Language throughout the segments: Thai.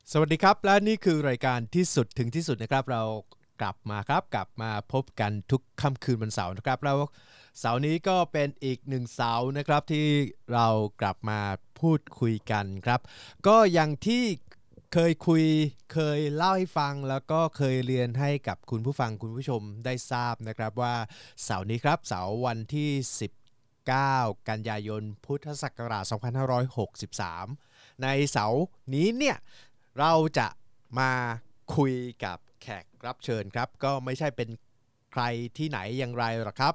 สวัสดีครับและนี่คือรายการที่สุดถึงที่สุดนะครับเรากลับมาพบกันทุกค่ำคืนวันเสาร์นะครับแล้วเสาร์นี้ก็เป็นอีกหนึ่งเสาร์นะครับที่เรากลับมาพูดคุยกันครับก็อย่างที่เคยเล่าให้ฟังแล้วก็เคยเรียนให้กับคุณผู้ฟังคุณผู้ชมได้ทราบนะครับว่าเสาร์นี้ครับเสาร์วันที่19กันยายนพุทธศักราช2563ในเสาร์นี้เนี่ยเราจะมาคุยกับแขกรับเชิญครับก็ไม่ใช่เป็นใครที่ไหนอย่างไรหรอกครับ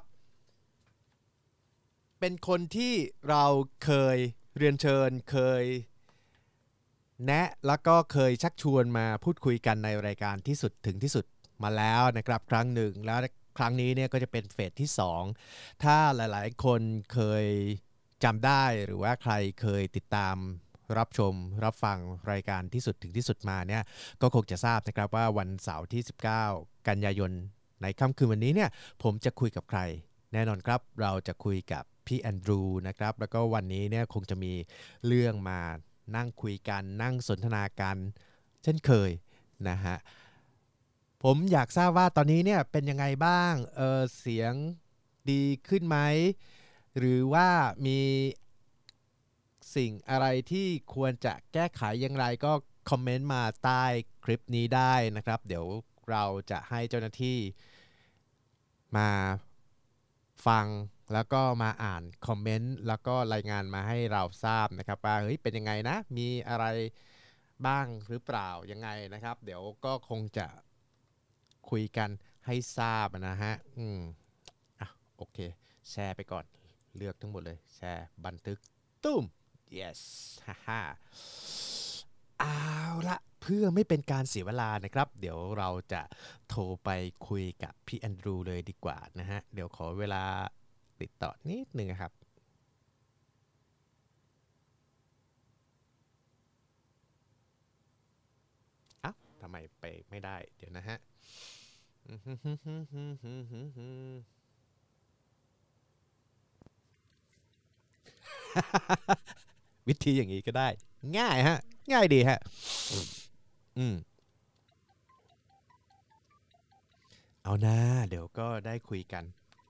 เป็นคนที่เราเคยเรียนเชิญเคยแนะแล้วก็เคยชักชวนมาพูดคุยกันในรายการที่สุดถึงที่สุดมาแล้วนะครับครั้งหนึ่งแล้วครั้งนี้เนี่ยก็จะเป็นเฟสที่2ถ้าหลายๆคนเคยจำได้หรือว่าใครเคยติดตามรับชมรับฟังรายการที่สุดถึงที่สุดมาเนี่ยก็คงจะทราบนะครับว่าวันเสาร์ที่19กันยายนในค่ำคืนวันนี้เนี่ยผมจะคุยกับใครแน่นอนครับเราจะคุยกับพี่แอนดรูนะครับแล้วก็วันนี้เนี่ยคงจะมีเรื่องมานั่งคุยกันนั่งสนทนากันเช่นเคยนะฮะผมอยากทราบว่าตอนนี้เนี่ยเป็นยังไงบ้างเสียงดีขึ้นไหมหรือว่ามีสิ่งอะไรที่ควรจะแก้ไขอย่างไรก็คอมเมนต์มาใต้คลิปนี้ได้นะครับเดี๋ยวเราจะให้เจ้าหน้าที่มาฟังแล้วก็มาอ่านคอมเมนต์แล้วก็รายงานมาให้เราทราบนะครับว่าเฮ้ยเป็นยังไงนะมีอะไรบ้างหรือเปล่ายังไงนะครับเดี๋ยวก็คงจะคุยกันให้ทราบนะฮะอ่ะโอเคแชร์ไปก่อนเลือกทั้งหมดเลยแชร์บันทึกตุ้ม yes ฮ่าฮ่าเอาละเพื่อไม่เป็นการเสียเวลานะครับเดี๋ยวเราจะโทรไปคุยกับพี่แอนดรูเลยดีกว่านะฮะเดี๋ยวขอเวลาติดต่อนิดนึงครับอ้าวทำไมไปไม่ได้เดี๋ยวนะฮะวิธีอย่างนี้ก็ได้ง่ายฮะง่ายดีฮะอืมเอานะเดี๋ยวก็ได้คุยกัน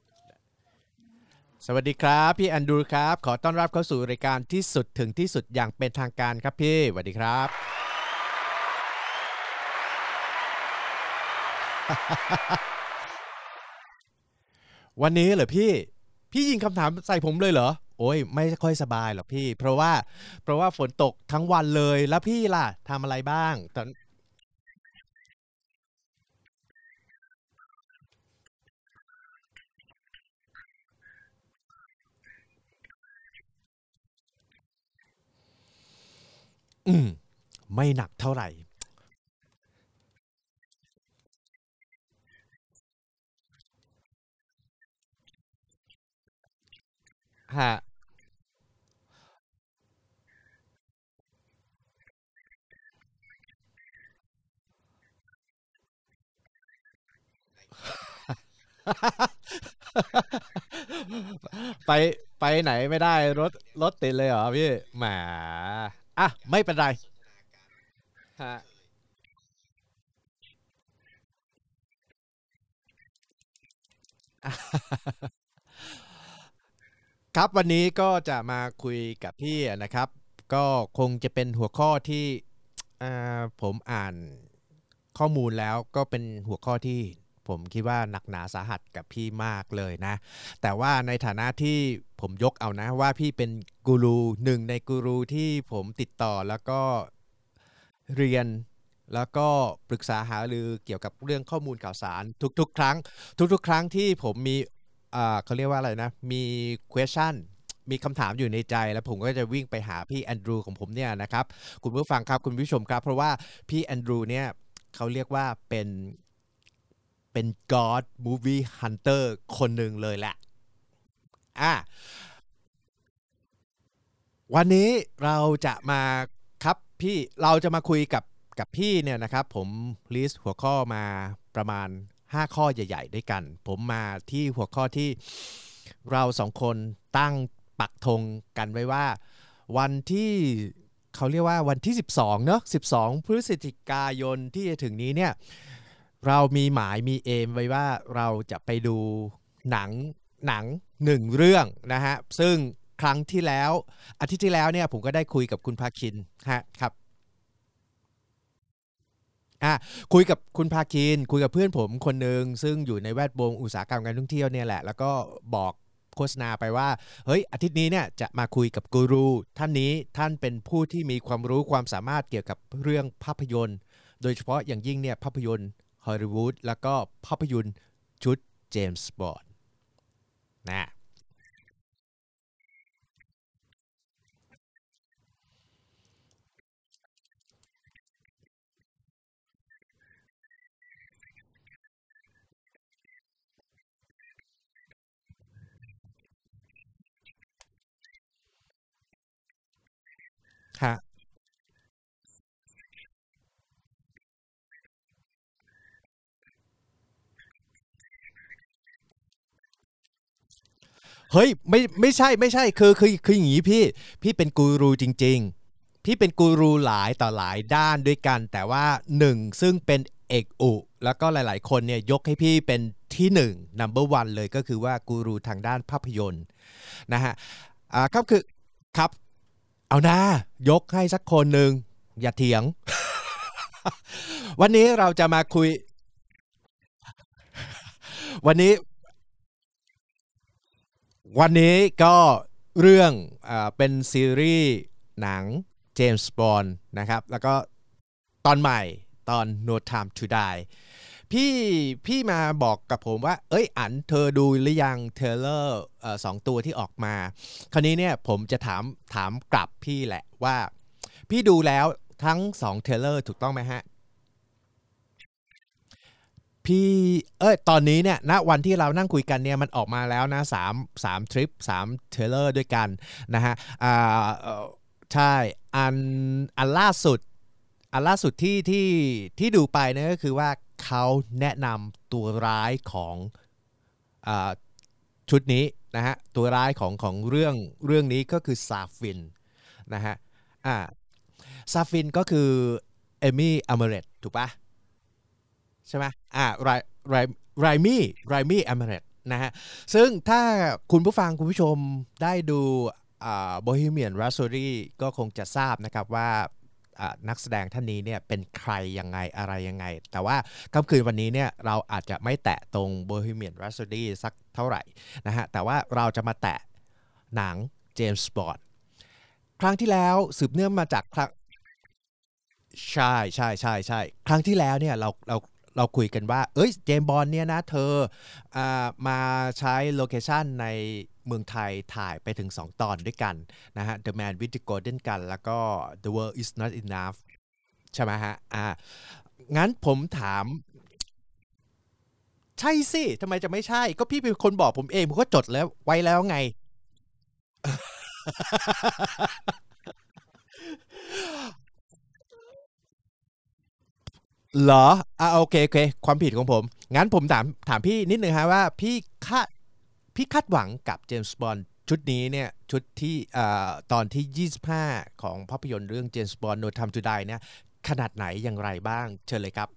สวัสดีครับพี่แอนดรูครับขอต้อนรับเข้าสู่รายการที่สุดถึงที่สุดอย่างเป็นทางการครับพี่สวัสดีครับวันนี้เหรอพี่ยิงคำถามใส่ผมเลยเหรอโอ้ยไม่ค่อยสบายหรอกพี่เพราะว่าฝนตกทั้งวันเลยแล้วพี่ล่ะทำอะไรบ้างตอนอืมไม่หนักเท่าไหร่ฮะไปไปไหนไม่ได้รถติดเลยเหรอพี่แหมอ่ะไม่เป็นไรฮะครับวันนี้ก็จะมาคุยกับพี่นะครับก็คงจะเป็นหัวข้อที่ผมอ่านข้อมูลแล้วก็เป็นหัวข้อที่ผมคิดว่าหนักหนาสาหัสกับพี่มากเลยนะแต่ว่าในฐานะที่ผมยกเอานะว่าพี่เป็นกูรูหนึ่งในกูรูที่ผมติดต่อแล้วก็เรียนแล้วก็ปรึกษาหารือเกี่ยวกับเรื่องข้อมูลข่าวสารทุกครั้งที่ผมมีเขาเรียกว่าอะไรนะมี question มีคำถามอยู่ในใจแล้วผมก็จะวิ่งไปหาพี่แอนดรูของผมเนี่ยนะครับคุณผู้ฟังครับคุณผู้ชมครับเพราะว่าพี่แอนดรูเนี่ยเขาเรียกว่าเป็น God Movie Hunter คนหนึ่งเลยแหละอ่ะวันนี้เราจะมาครับพี่เราจะมาคุยกับพี่เนี่ยนะครับผมลิสต์หัวข้อมาประมาณ5ข้อใหญ่ๆด้วยกันผมมาที่หัวข้อที่เราสองคนตั้งปักธงกันไว้ว่าวันที่เขาเรียกว่าวันที่12เนอะ12พฤศจิกายนที่จะถึงนี้เนี่ยเรามีหมายมีเอมไว้ว่าเราจะไปดูหนังหนังหนึ่งเรื่องนะฮะซึ่งครั้งที่แล้วอาทิตย์ที่แล้วเนี่ยผมก็ได้คุยกับคุณภาคินฮะครับอ่ะคุยกับคุณภาคินคุยกับเพื่อนผมคนหนึ่งซึ่งอยู่ในแวดวงอุตสาหกรรมการท่องเที่ยวเนี่ยแหละแล้วก็บอกโฆษณาไปว่าเฮ้ยอาทิตย์นี้เนี่ยจะมาคุยกับกูรูท่านนี้ท่านเป็นผู้ที่มีความรู้ความสามารถเกี่ยวกับเรื่องภาพยนตร์โดยเฉพาะอย่างยิ่งเนี่ยภาพยนตร์ฮอลลีวูดแล้วก็ภาพยนตร์ชุดเจมส์บอนด์นะฮะเฮ้ยไม่ใช่คืออย่างนี้พี่เป็นกูรูจริงๆพี่เป็นกูรูหลายต่อหลายด้านด้วยกันแต่ว่าหนึ่งซึ่งเป็นเอกอุแล้วก็หลายๆคนเนี่ยยกให้พี่เป็นที่หนึ่ง number one เลยก็คือว่ากูรูทางด้านภาพยนตร์นะฮะครับคือครับเอานะยกให้สักคนหนึ่งอย่าเถียงวันนี้เราจะมาคุยวันนี้ วันนี้ก็เรื่องเป็นซีรีส์หนังเจมส์บอนด์นะครับแล้วก็ตอนใหม่ตอน No Time to Die พี่พี่มาบอกกับผมว่าเอ้ยอันเธอดูหรือยังเทเลอร์สองตัวที่ออกมาคราวนี้เนี่ยผมจะถามกลับพี่แหละว่าพี่ดูแล้วทั้งสองเทเลอร์ถูกต้องไหมฮะ พี่ตอนนี้เนี่ยณวันที่เรานั่งคุยกันเนี่ยมันออกมาแล้วนะสามทริป3เทเลอร์ด้วยกันนะฮะอ่ใช่อันอันล่าสุดอันล่าสุดที่ดูไปเนี่ยก็คือว่าเขาแนะนำตัวร้ายของอ่าชุดนี้นะฮะตัวร้ายของเรื่องนี้ก็คือซาฟินนะฮะอ่าซาฟินก็คือเอมี่อเมเรตถูกปะ ใช่ไหมไรไรมี่แอมเรตนะฮะซึ่งถ้าคุณผู้ฟังคุณผู้ชมได้ดูโบฮีเมียน r ร p โซดีก็คงจะทราบนะครับว่านักแสดงท่านนี้เนี่ยเป็นใครยังไงอะไรยังไงแต่ว่าค่ำคืนวันนี้เนี่ยเราอาจจะไม่แตะตรงโบฮีเมียน r ร p โซดีสักเท่าไหร่นะฮะแต่ว่าเราจะมาแตะหนังเจมส์บอนด์ครั้งที่แล้วสืบเนื่องมาจากครั้ง ใช่ครั้งที่แล้วเนี่ยเราคุยกันว่าเอ้ยเจมส์บอนด์เนี่ยนะเธอมาใช้โลเคชันในเมืองไทยถ่ายไปถึง2ตอนด้วยกันนะฮะ The Man with the Golden Gun แล้วก็ The World is Not Enough ใช่ไหมฮะงั้นผมถามใช่สิทำไมจะไม่ใช่ก็พี่เป็นคนบอกผมเองผมก็จดแล้วไว้แล้วไง เหรอโอเคความผิดของผม งั้นผมถามพี่นิดนึงฮะว่าพี่คาดหวังกับเจมส์บอนด์ชุดนี้เนี่ยชุดที่ตอนที่25ของภาพยนตร์เรื่องเจมส์บอนด์ No Time to Die เนี่ยขนาดไหนอย่างไรบ้างเชิญเลยครับ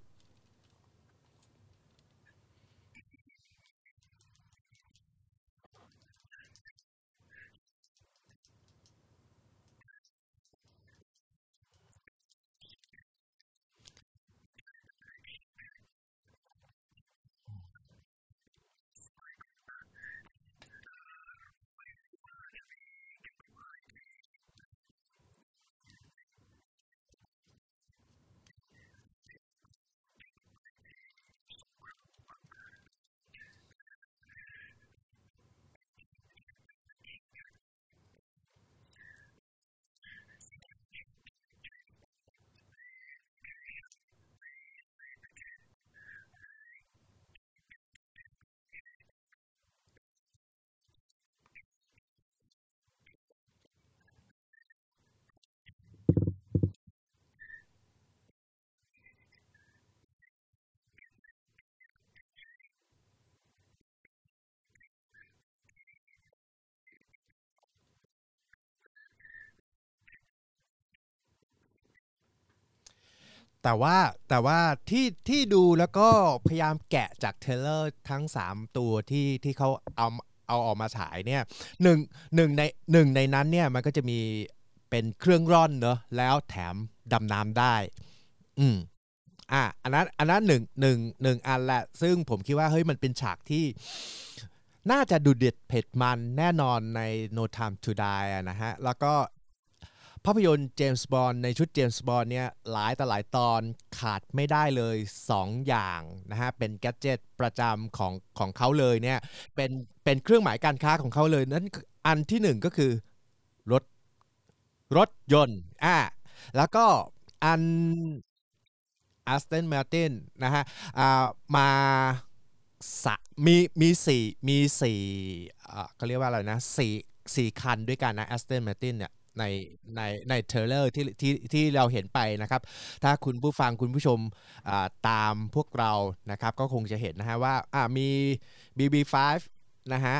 แต่ว่าแต่ว่าที่ดูแล้วก็พยายามแกะจากเทรลเลอร์ทั้ง3ตัวที่เขาเอาออกมาฉายเนี่ยหนึ่งหนึ่งในนั้นเนี่ยมันก็จะมีเป็นเครื่องร่อนเนอะแล้วแถมดำน้ำได้อืมอันนั้นหนึ่งอันแหละซึ่งผมคิดว่าเฮ้ยมันเป็นฉากที่น่าจะดูเด็ดเผ็ดมันแน่นอนใน No Time to Die อะนะฮะแล้วก็ภาพยนตร์เจมส์บอนด์ในชุดเจมส์บอนด์เนี่ยหลายต่อหลายตอนขาดไม่ได้เลย2อย่างนะฮะเป็นแกดเจ็ตประจำของเขาเลยเนี่ยเป็นเครื่องหมายการค้าของเขาเลยนั่นอันที่หนึ่งก็คือรถรถยนต์แล้วก็อัน Aston Martin นะฮะมาสะมีสี่เขาเรียกว่าอะไรนะสี่คันด้วยกันนะ Aston Martin เนี่ยในในเทรลเลอร์ที่เราเห็นไปนะครับถ้าคุณผู้ฟังคุณผู้ชมตามพวกเรานะครับก็คงจะเห็นนะฮะว่ามี BB5 นะฮะ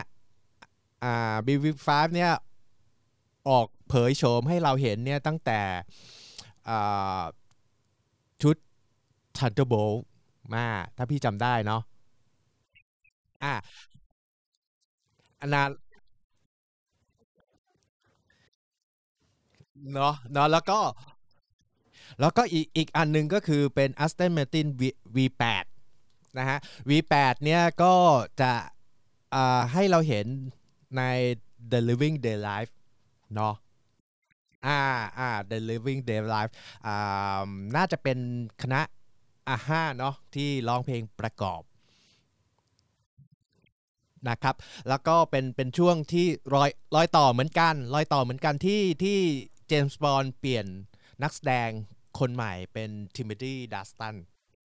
BB5 เนี่ยออกเผยโฉมให้เราเห็นเนี่ยตั้งแต่อ่าชุด Thunderbolt มาถ้าพี่จำได้เนาะอ่าอันนั้นเนาะแล้วก็อีกอันหนึงก็คือเป็น Aston Martin V8 นะฮะ V8 เนี่ยก็จะให้เราเห็นใน The Living Day Life เนาะThe Living Day Life อ่น่าจะเป็นคณะห้าเนาะที่ร้องเพลงประกอบนะครับแล้วก็เป็นช่วงที่รอยต่อเหมือนกันที่เจมส์บอนด์เปลี่ยนนักแสดงคนใหม่เป็นทิม o ธีดัสตัน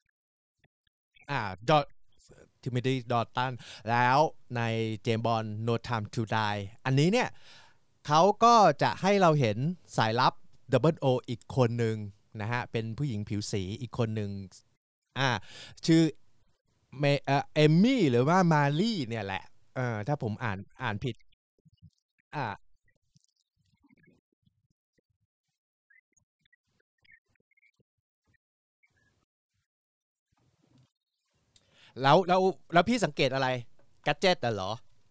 ดอทิม o ธีดอตันแล้วในเจมส์บอนด์ No Time to Die อันนี้เนี่ยเขาก็จะให้เราเห็นสายลับ Double O อีกคนหนึ่งนะฮะเป็นผู้หญิงผิวสีอีกคนหนึ่งอ่าชื่อเอมมี่หรือว่ามารี่เนี่ยแหละถ้าผมอ่านผิดอ่าแล้วพี่สังเกตอะไรกัจเจตเหรอ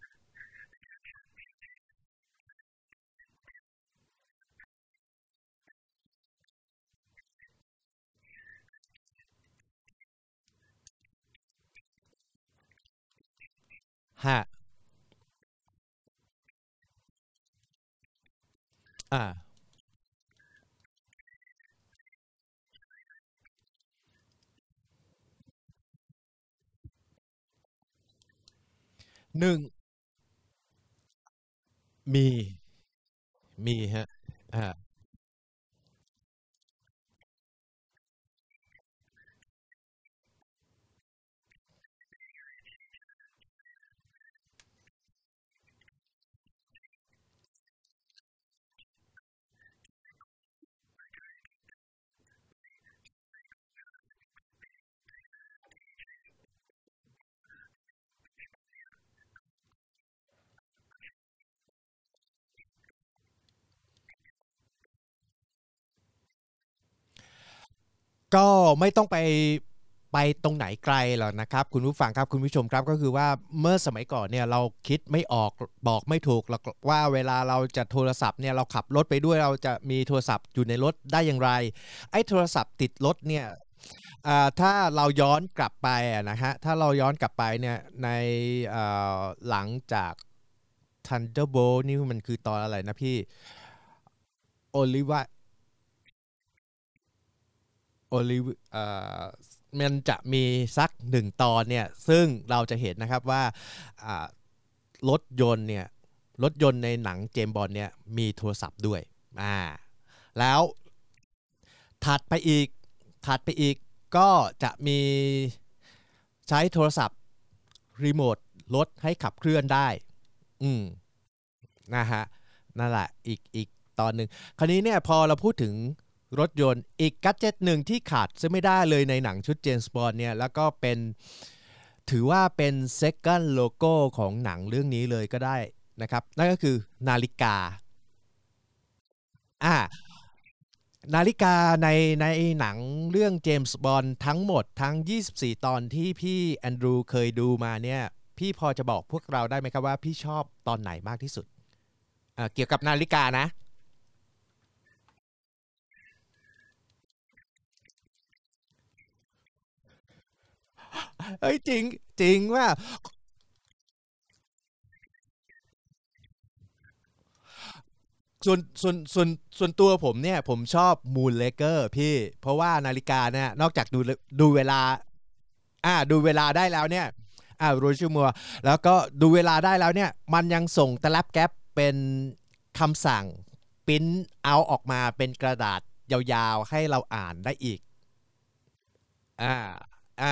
ฮะอ่าหนึ่งมีมีฮะอ่าก็ไม่ต้องไปตรงไหนไกลหรอกนะครับคุณผู้ฟังครับคุณผู้ชมครับก็คือว่าเมื่อสมัยก่อนเนี่ยเราคิดไม่ออกบอกไม่ถูกหรอกว่าเวลาเราจะโทรศัพท์เนี่ยเราขับรถไปด้วยเราจะมีโทรศัพท์อยู่ในรถได้อย่างไรไอ้โทรศัพท์ติดรถเนี่ย ถ้าเราย้อนกลับไปนะฮะถ้าเราย้อนกลับไปเนี่ยในอ่หลังจาก Thunderbolt นี่มันคือตอนอะไรนะพี่โอลิวาโอลิวอมันจะมีสัก1 ตอนเนี่ยซึ่งเราจะเห็นนะครับว่าอ่ารถยนต์เนี่ยรถยนต์ในหนังเจมส์บอนด์เนี่ยมีโทรศัพท์ด้วยอ่าแล้วถัดไปอีกถัดไปอีกก็จะมีใช้โทรศัพท์รีโมทรถให้ขับเคลื่อนได้อืม นะฮะนั่นแหละอีกตอนหนึ่งคราวนี้เนี่ยพอเราพูดถึงรถยนต์อีกกัจเจตหนึ่งที่ขาดซึ่งไม่ได้เลยในหนังชุดเจมส์บอนด์เนี่ยแล้วก็เป็นถือว่าเป็น second logo ของหนังเรื่องนี้เลยก็ได้นะครับนั่นก็คือนาฬิกาอ่านาฬิกาในหนังเรื่เรื่องเจมส์บอนด์ทั้งหมดทั้ง24ตอนที่พี่แอนดรูเคยดูมาเนี่ยพี่พอจะบอกพวกเราได้ไหมครับว่าพี่ชอบตอนไหนมากที่สุดเกี่ยวกับนาฬิกานะเอ้ยจริงจริงว่าส่วนตัวผมเนี่ยผมชอบมูนเลเกอร์พี่เพราะว่านาฬิกาเนี่ยนอกจากดูเวลาดูเวลาได้แล้วเนี่ยโรชูมัวแล้วก็ดูเวลาได้แล้วเนี่ยมันยังส่งตลับแก๊ปเป็นคำสั่งปริ้นเอาออกมาเป็นกระดาษยาวๆให้เราอ่านได้อีกอ่าอ่า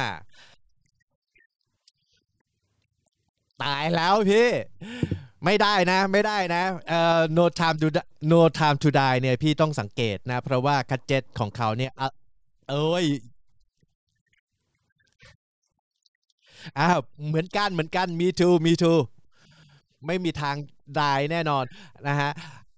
ตายแล้วพี่ไม่ได้นะไม่ได้นะno time to no time to die เนี่ยพี่ต้องสังเกตนะเพราะว่าคัดเจ็ตของเขาเนี่ยเอ้ยเหมือนกันเหมือนกัน me too me too ไม่มีทางได้แน่นอนนะฮะ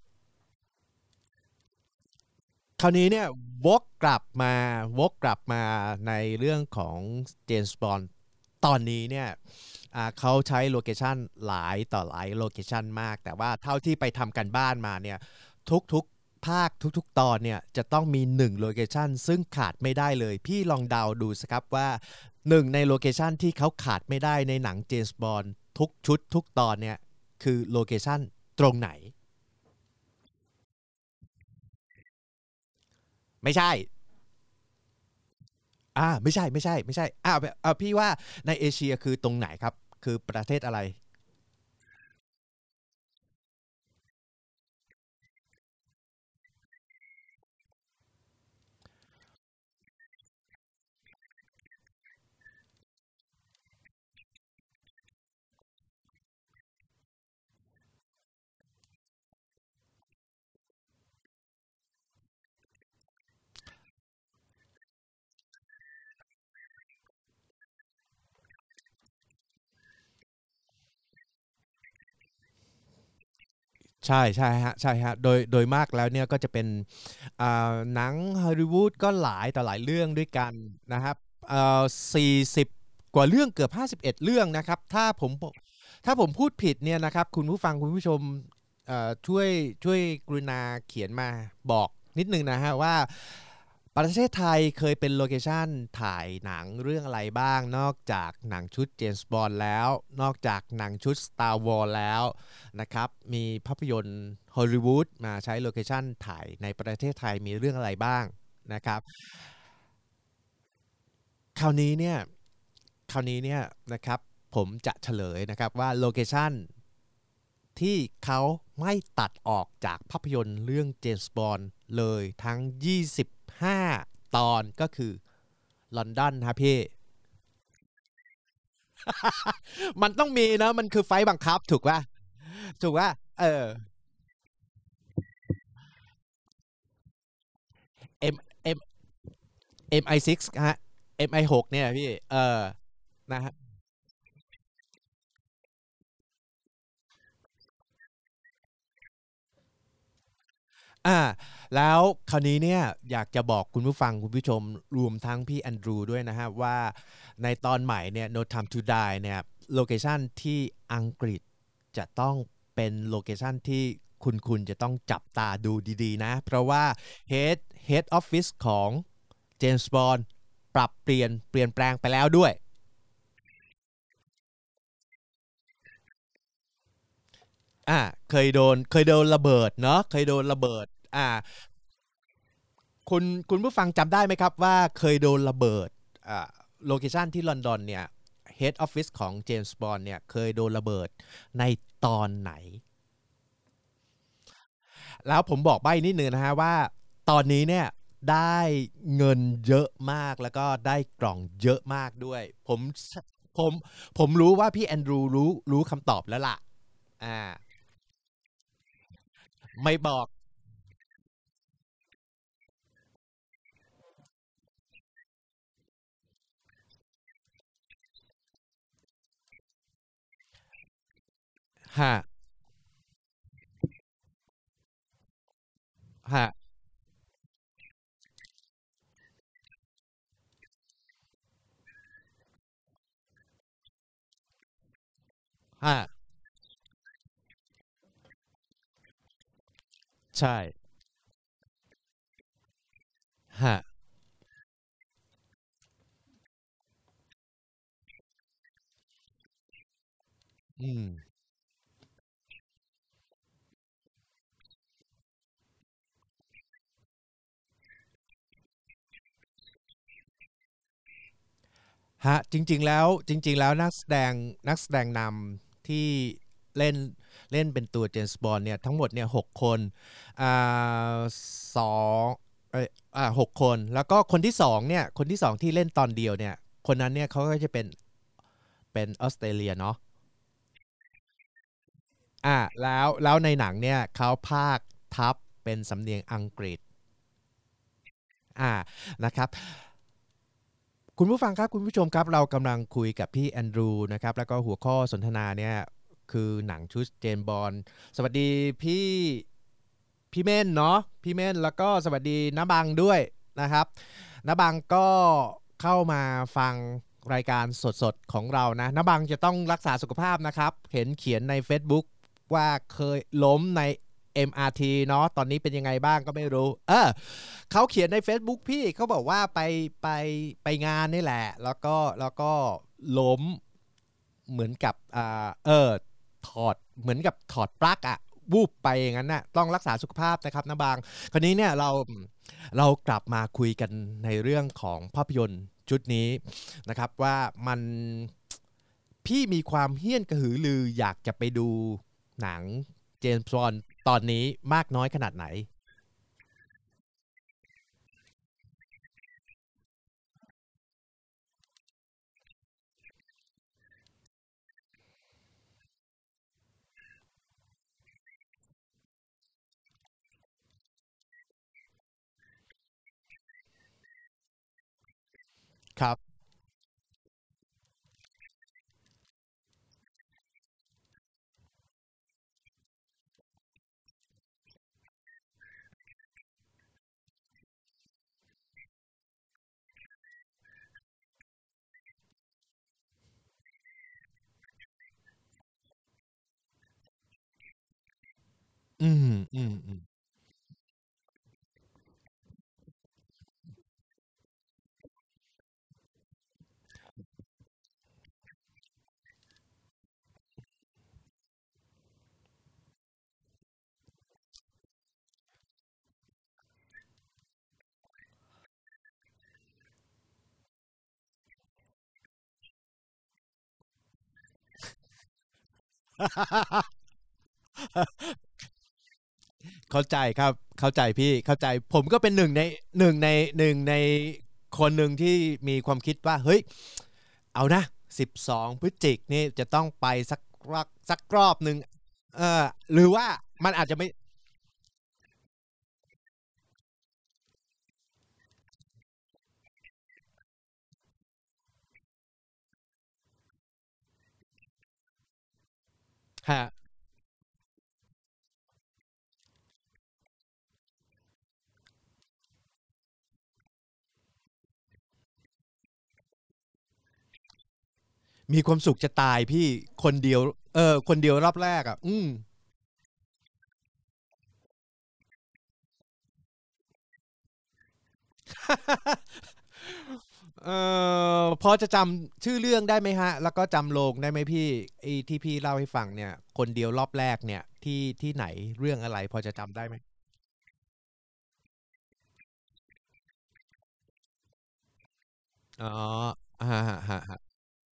คราวนี้เนี่ยวกกลับมาในเรื่องของเจมส์บอนด์ตอนนี้เนี่ยเขาใช้โลเคชันหลายต่อหลายโลเคชันมากแต่ว่าเท่าที่ไปทำกันบ้านมาเนี่ยทุกๆภาคทุกๆตอนเนี่ยจะต้องมี1โลเคชันซึ่งขาดไม่ได้เลยพี่ลองเดาดูสิครับว่า1ในโลเคชันที่เขาขาดไม่ได้ในหนังเจมส์บอนด์ทุกชุดทุกตอนเนี่ยคือโลเคชันตรงไหนไม่ใช่ ไม่ใช่พี่ว่าในเอเชียคือตรงไหนครับคือประเทศอะไรใช่ฮะโดยมากแล้วเนี่ยก็จะเป็นหนังฮอลลีวูดก็หลายต่อหลายเรื่องด้วยกันนะครับ40กว่าเรื่องเกือบ51เรื่องนะครับถ้าผมพูดผิดเนี่ยนะครับคุณผู้ฟังคุณผู้ชมช่วยกรุณาเขียนมาบอกนิดนึงนะฮะว่าประเทศไทยเคยเป็นโลเคชันถ่ายหนังเรื่องอะไรบ้างนอกจากหนังชุดเจมส์บอนด์แล้วนอกจากหนังชุด Star Wars แล้วนะครับมีภาพยนตร์ฮอลลีวูดมาใช้โลเคชันถ่ายในประเทศไทยมีเรื่องอะไรบ้างนะครับคราวนี้เนี่ยคราวนี้นะครับผมจะเฉลยนะครับว่าโลเคชันที่เขาไม่ตัดออกจากภาพยนตร์เรื่องเจมส์บอนด์เลยทั้ง25ตอนก็คือลอนดอนครับพี่มันต้องมีนะมันคือไฟบังคับถูกป่ะถูกป่ะเออ M M MI6 ฮะ MI6 เนี่ยพี่นะฮะอ่าแล้วคราวนี้เนี่ยอยากจะบอกคุณผู้ฟังคุณผู้ชมรวมทั้งพี่แอนดรูด้วยนะฮะว่าในตอนใหม่เนี่ย No Time to Die เนี่ยโลเคชันที่อังกฤษจะต้องเป็นโลเคชันที่คุณจะต้องจับตาดูดีๆนะเพราะว่า Head Head Office ของ James Bond ปรับเปลี่ยนแปลงไปแล้วด้วยอ่าเคยโดนระเบิดเนาะเคยโดนระเบิดอ่า คุณผู้ฟังจำได้ไหมครับว่าเคยโดนระเบิดโลเคชันที่ลอนดอนเนี่ย Head Office ของเจมส์บอนด์เนี่ยเคยโดนระเบิดในตอนไหนแล้วผมบอกใบ้นิดนึงนะฮะว่าตอนนี้เนี่ยได้เงินเยอะมากแล้วก็ได้กล่องเยอะมากด้วยผมผมรู้ว่าพี่แอนดรูรู้คำตอบแล้วล่ะอ่าไม่บอกฮะฮะฮะใช่ฮะอืมฮะจริงๆแล้วนักแสดงนำที่เล่นเล่นเป็นตัวเจมส์บอนด์เนี่ยทั้งหมดเนี่ย6 คนอ่าสองเอย6 คนแล้วก็คนที่สองที่เล่นตอนเดียวเนี่ยคนนั้นเนี่ยเขาก็จะเป็นออสเตรเลียเนาะแล้วในหนังเนี่ยเขาพากย์ทับเป็นสำเนียงอังกฤษอ่านะครับ คุณผู้ฟังครับคุณผู้ชมครับเรากำลังคุยกับพี่แอนดรูนะครับแล้วก็หัวข้อสนทนาเนี่ยคือหนังชุดเจมส์บอนด์สวัสดีพี่เม่นเนาะพี่เม่นแล้วก็สวัสดีน้าบังด้วยนะครับน้าบังก็เข้ามาฟังรายการสดๆของเรานะน้าบังจะต้องรักษาสุขภาพนะครับเห็นเขียนใน Facebook ว่าเคยล้มใน MRT เนาะตอนนี้เป็นยังไงบ้างก็ไม่รู้เขาเขียนใน Facebook พี่เขาบอกว่าไปไปงานนี่แหละแล้วก็ล้มเหมือนกับถอดเหมือนกับถอดปลั๊กอะวูบไปอย่างนั้นน่ะต้องรักษาสุขภาพนะครับนะบางคราวนี้เนี่ยเรากลับมาคุยกันในเรื่องของภาพยนตร์ชุดนี้นะครับว่ามันพี่มีความเฮี้ยนกระหือรืออยากจะไปดูหนังเจมส์บอนด์ตอนนี้มากน้อยขนาดไหนครับอืมอืมอืม เข้าใจครับเข้าใจพี่เข้าใจผมก็เป็นหนึ่งในคนหนึ่งที่มีความคิดว่าเฮ้ยเอานะ12 พฤศจิกนี่จะต้องไปสักรอบหนึ่งเออหรือว่ามันอาจจะไม่ฮะมีความสุขจะตายพี่คนเดียวคนเดียวรอบแรกอ่ะเอพอจะจำชื่อเรื่องได้ไหมฮะแล้วก็จำโลงได้ไหมพี่ไอ้ที่พี่เล่าให้ฟังเนี่ยคนเดียวรอบแรกเนี่ยที่ไหนเรื่องอะไรพอจะจำได้ไหม อ๋อฮะฮะฮะฮะ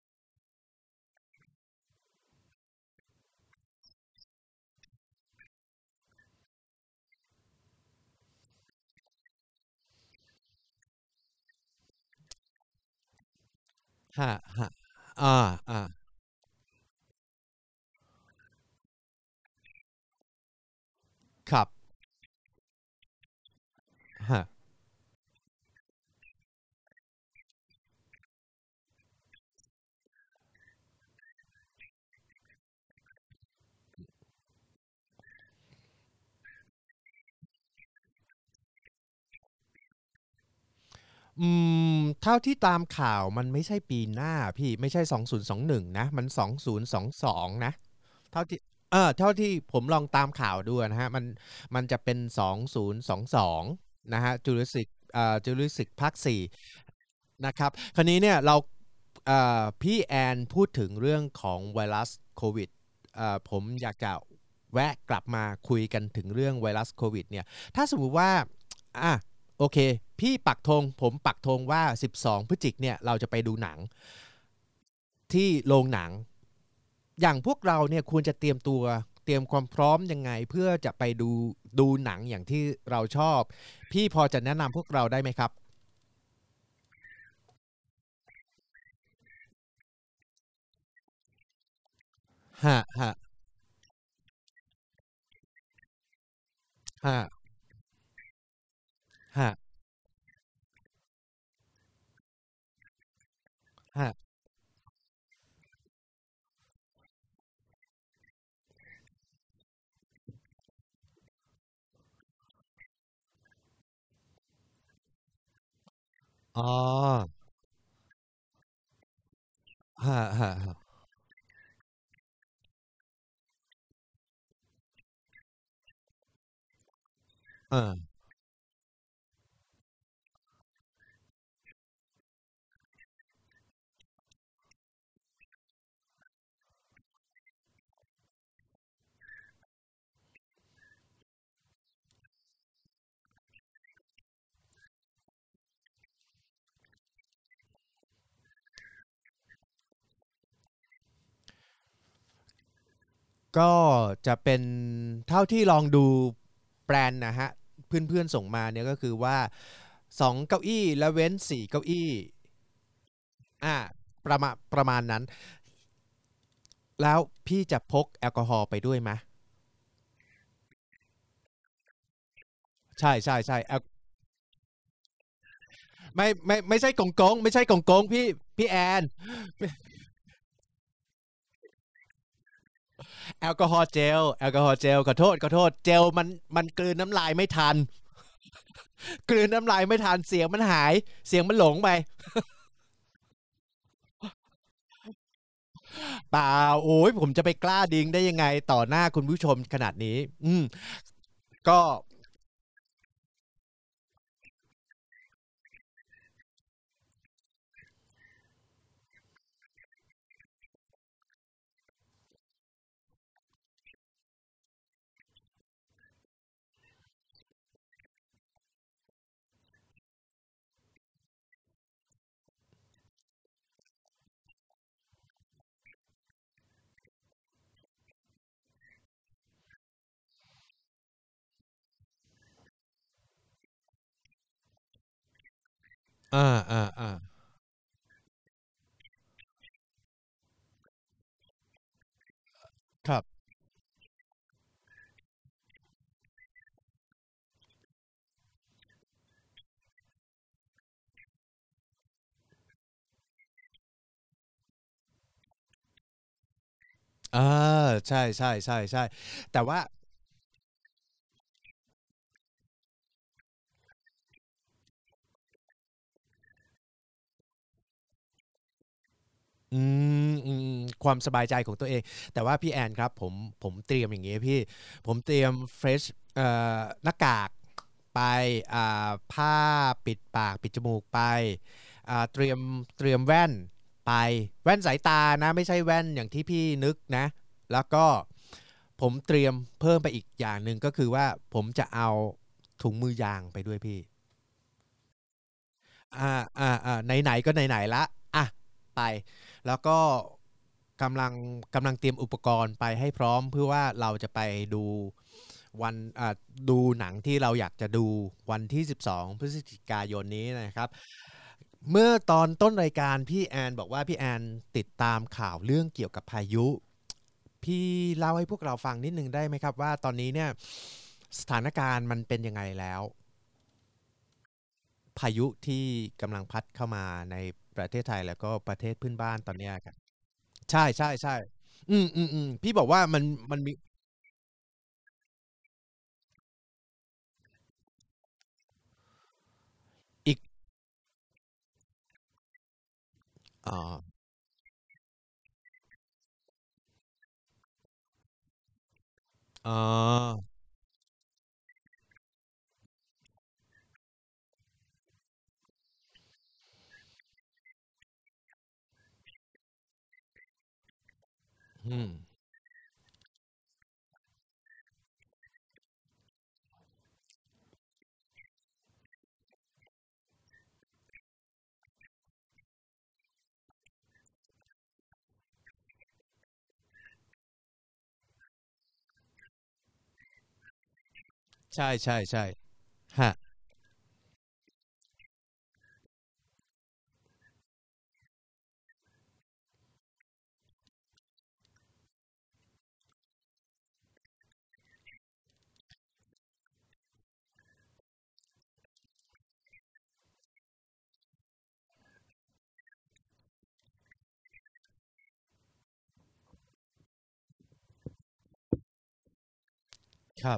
ฮะฮะอ่าอ่าครับฮะอืมเท่าที่ตามข่าวมันไม่ใช่ปีหน้าพี่ไม่ใช่2021นะมัน2022นะเท่าที่เท่าที่ผมลองตามข่าวดูนะฮะมันจะเป็น2022นะฮะจูราสสิกภาค4นะครับคราวนี้เนี่ยพี่แอนพูดถึงเรื่องของไวรัสโควิดผมอยากจะแวะกลับมาคุยกันถึงเรื่องไวรัสโควิดเนี่ยถ้าสมมุติว่าอ่ะโอเคพี่ปักธงผมปักธงว่า12พฤศจิกเนี่ยเราจะไปดูหนังที่โรงหนังอย่างพวกเราเนี่ยควรจะเตรียมความพร้อมยังไงเพื่อจะไปดูหนังอย่างที่เราชอบพี่พอจะแนะนำพวกเราได้ไหมครับฮะฮะฮะฮะฮะอ๋อฮะฮะฮะเออก็จะเป็นเท่าที่ลองดูแปลนนะฮะเพื่อนๆส่งมาเนี่ยก็คือว่า2เก้าอี้แล้วเว้น4เก้าอี้อ่าประมาณนั้นแล้วพี่จะพกแอลกอฮอล์ไปด้วยไหมใช่ใช่ใช่ไม่ใช่กงไม่ใช่กงพี่แอนแอลกอฮอล์เจลขอโทษเจลมันกลืนน้ำลายไม่ทันกลืนน้ำลายไม่ทันเสียงมันหายเสียงมันหลงไปเปล่าโอ้ยผมจะไปกล้าดิ้งได้ยังไงต่อหน้าคุณผู้ชมขนาดนี้ก็อ่าอ่าครับอ่าใช่ใช่ใช่ใช่แต่ว่า อืความสบายใจของตัวเองแต่ว่าพี่แอนครับผมเตรียมอย่างงี้พี่ผมเตรียมเฟรชหน้ากากไปผ้าปิดปากปิดจมูกไปเตรียมแว่นไปแว่นสายตานะไม่ใช่แว่นอย่างที่พี่นึกนะแล้วก็ผมเตรียมเพิ่มไปอีกอย่างหนึ่งก็คือว่าผมจะเอาถุงมือยางไปด้วยพี่ ไหนๆก็ไหนๆละอ่ะไปแล้วก็กำลังกำลังเตรียมอุปกรณ์ไปให้พร้อมเพื่อว่าเราจะไปดูวันดูหนังที่เราอยากจะดูวันที่12พฤศจิกายนนี้นะครับเมื่อตอนต้นรายการพี่แอนบอกว่าพี่แอนติดตามข่าวเรื่องเกี่ยวกับพายุพี่เล่าให้พวกเราฟังนิดนึงได้ไหมครับว่าตอนนี้เนี่ยสถานการณ์มันเป็นยังไงแล้ว พายุที่กำลังพัดเข้ามาในประเทศไทยแล้วก็ประเทศเพื่อนบ้านตอนเนี้ยครับใช่ใช่ใช่พี่บอกว่ามันมีอีกอ๋ออ๋ออืมใช่ใช่ใช่ฮะครับ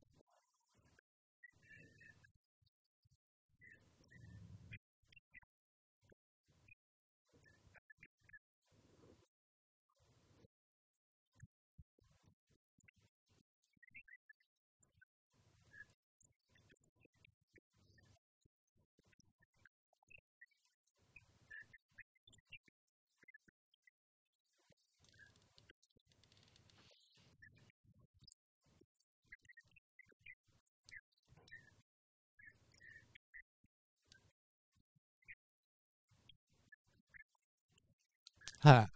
ฮะ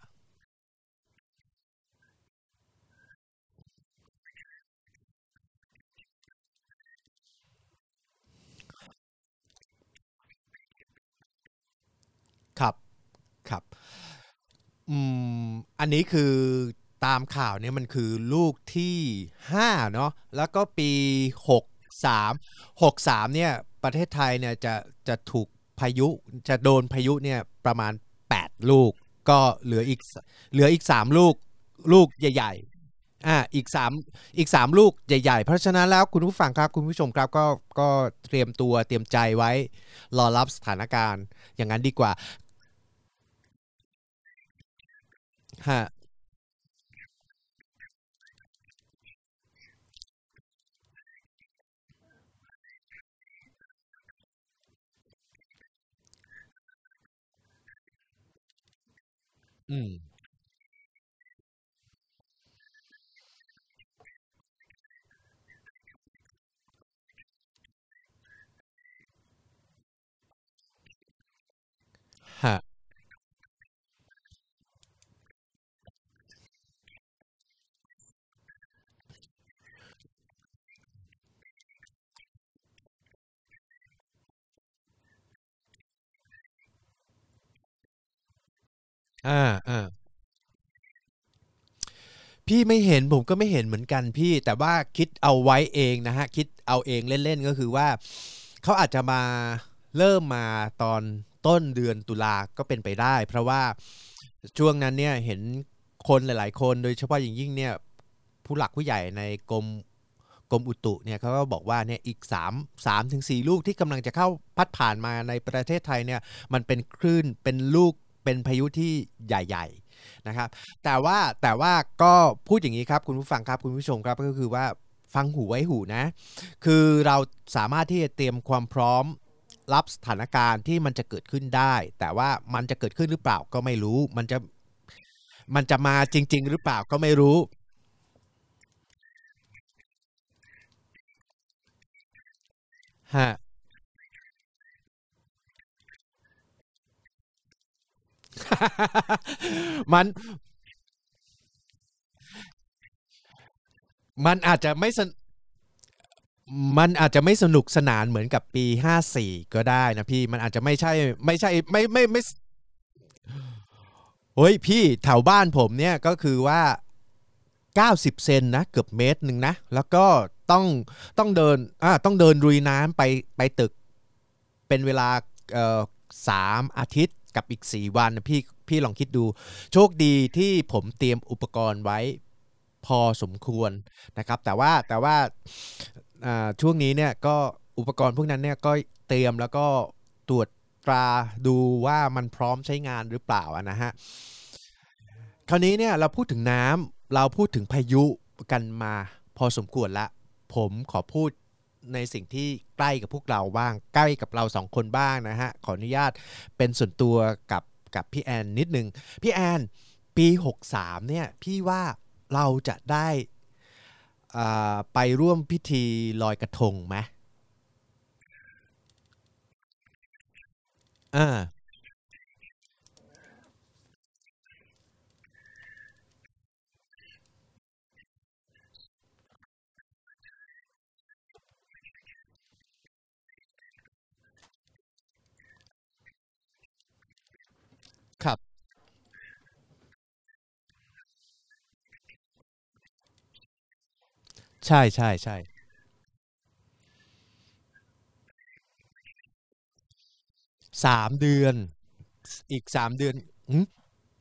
ครับครับอืมอันนี้คือตามข่าวเนี่ยมันคือลูกที่5เนาะแล้วก็ปี6363เนี่ยประเทศไทยเนี่ยจะถูกพายุจะโดนพายุเนี่ยประมาณ8ลูกก็เหลืออีก3ลูกใหญ่ๆอีก3ลูกใหญ่ๆเพราะฉะนั้นแล้วคุณผู้ฟังครับคุณผู้ชมครับก็เตรียมตัวเตรียมใจไว้รอรับสถานการณ์อย่างนั้นดีกว่าฮะอืมฮะอ่าอ่า พี่ไม่เห็นผมก็ไม่เห็นเหมือนกันพี่แต่ว่าคิดเอาไว้เองนะฮะคิดเอาเองเล่นๆก็คือว่าเขาอาจจะมาเริ่มมาตอนต้นเดือนตุลาก็เป็นไปได้เพราะว่าช่วงนั้นเนี่ยเห็นคนหลายๆคนโดยเฉพาะอย่างยิ่งเนี่ยผู้หลักผู้ใหญ่ในกรมอุตุเนี่ยเขาก็บอกว่าเนี่ยอีก3 ถึง 4ลูกที่กำลังจะเข้าพัดผ่านมาในประเทศไทยเนี่ยมันเป็นคลื่นเป็นลูกเป็นพายุที่ใหญ่ๆนะครับ แต่ว่าก็พูดอย่างนี้ครับคุณผู้ฟังครับคุณผู้ชมครับก็คือว่าฟังหูไว้หูนะคือเราสามารถที่จะเตรียมความพร้อมรับสถานการณ์ที่มันจะเกิดขึ้นได้แต่ว่ามันจะเกิดขึ้นหรือเปล่าก็ไม่รู้มันจะมาจริงๆหรือเปล่าก็ไม่รู้ฮะมันมันอาจจะไม่สนมันอาจจะไม่สนุกสนานเหมือนกับปี54ก็ได้นะพี่มันอาจจะไม่ใช่ไม่ เฮ้ยพี่แถวบ้านผมเนี่ยก็คือว่า90เซนนะเกือบเมตรหนึ่งนะแล้วก็ต้องต้องเดินลุยน้ำไปตึกเป็นเวลาเอ่อ3 อาทิตย์กับอีก4 วันพี่ลองคิดดูโชคดีที่ผมเตรียมอุปกรณ์ไว้พอสมควรนะครับแต่ว่าช่วงนี้เนี่ยก็อุปกรณ์พวกนั้นเนี่ยก็เตรียมแล้วก็ตรวจตราดูว่ามันพร้อมใช้งานหรือเปล่าอะนะฮะคราวนี้เนี่ยเราพูดถึงน้ำเราพูดถึงพายุกันมาพอสมควรละผมขอพูดในสิ่งที่ใกล้กับพวกเราบ้างใกล้กับเราสองคนบ้างนะฮะขออนุญาตเป็นส่วนตัวกับพี่แอนนิดนึงพี่แอนปี63เนี่ยพี่ว่าเราจะได้ไปร่วมพิธีลอยกระทงไหมอ่าครับใช่ใช่ใช่3 เดือนอีก3 เดือนอืม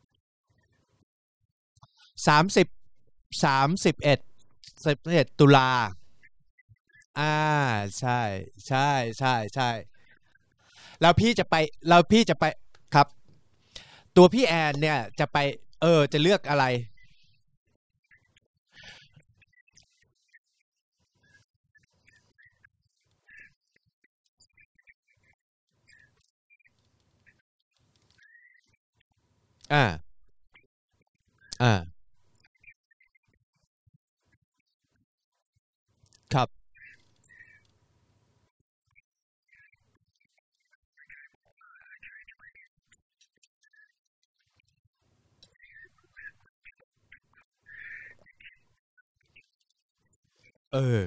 3031 ตุลาอ่าใช่ใช่ใช่ใช่แล้วพี่จะไปแล้วพี่จะไปครับตัวพี่แอนเนี่ยจะไปจะเลือกอะไรอ่าอ่าครับเออ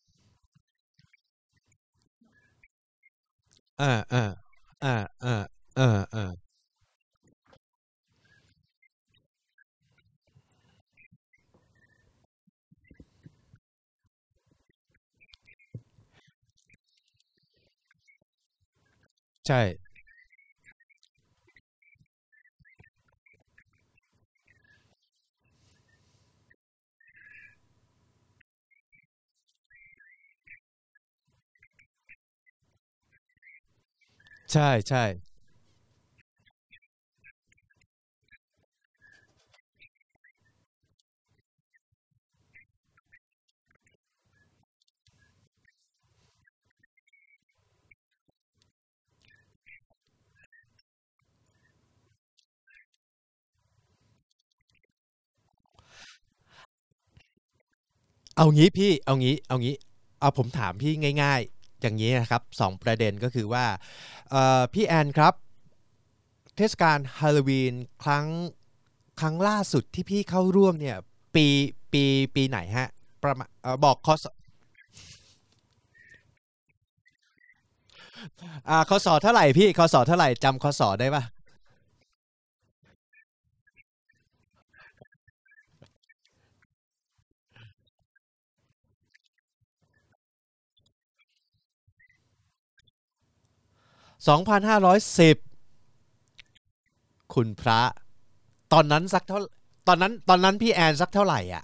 อ่าอ่าอ่าอ่าอ่าอ่าใช่ใช่ใช่เอางี้พี่เอางี้เอาผมถามพี่ง่ายๆอย่างนี้นะครับ2 ประเด็นก็คือว่าพี่แอนครับเทศกาลฮาโลวีนครั้งล่าสุดที่พี่เข้าร่วมเนี่ยปีปีปีไหนฮะประมาณบอกคศคศเท่าไหร่พี่คศเท่าไหร่จำคศได้ปะ2510คุณพระตอนนั้นสักเท่าตอนนั้นพี่แอนสักเท่าไหร่อ่ะ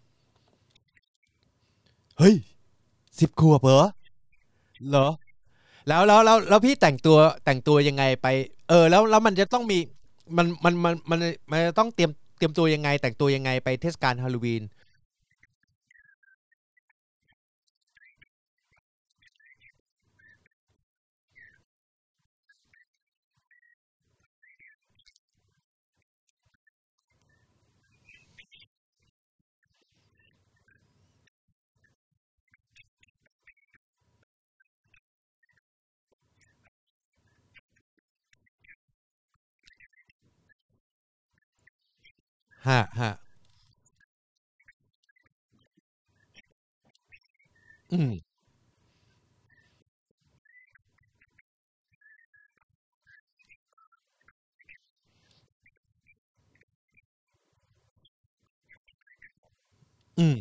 เฮ้ย10 ขวบเหรอเหรอแล้วพี่แต่งตัวยังไงไปแล้วมันจะต้องมีมันจะต้องเตรียมตัวยังไงแต่งตัวยังไงไปเทศกาลฮาโลวีนฮะฮะอืมอืม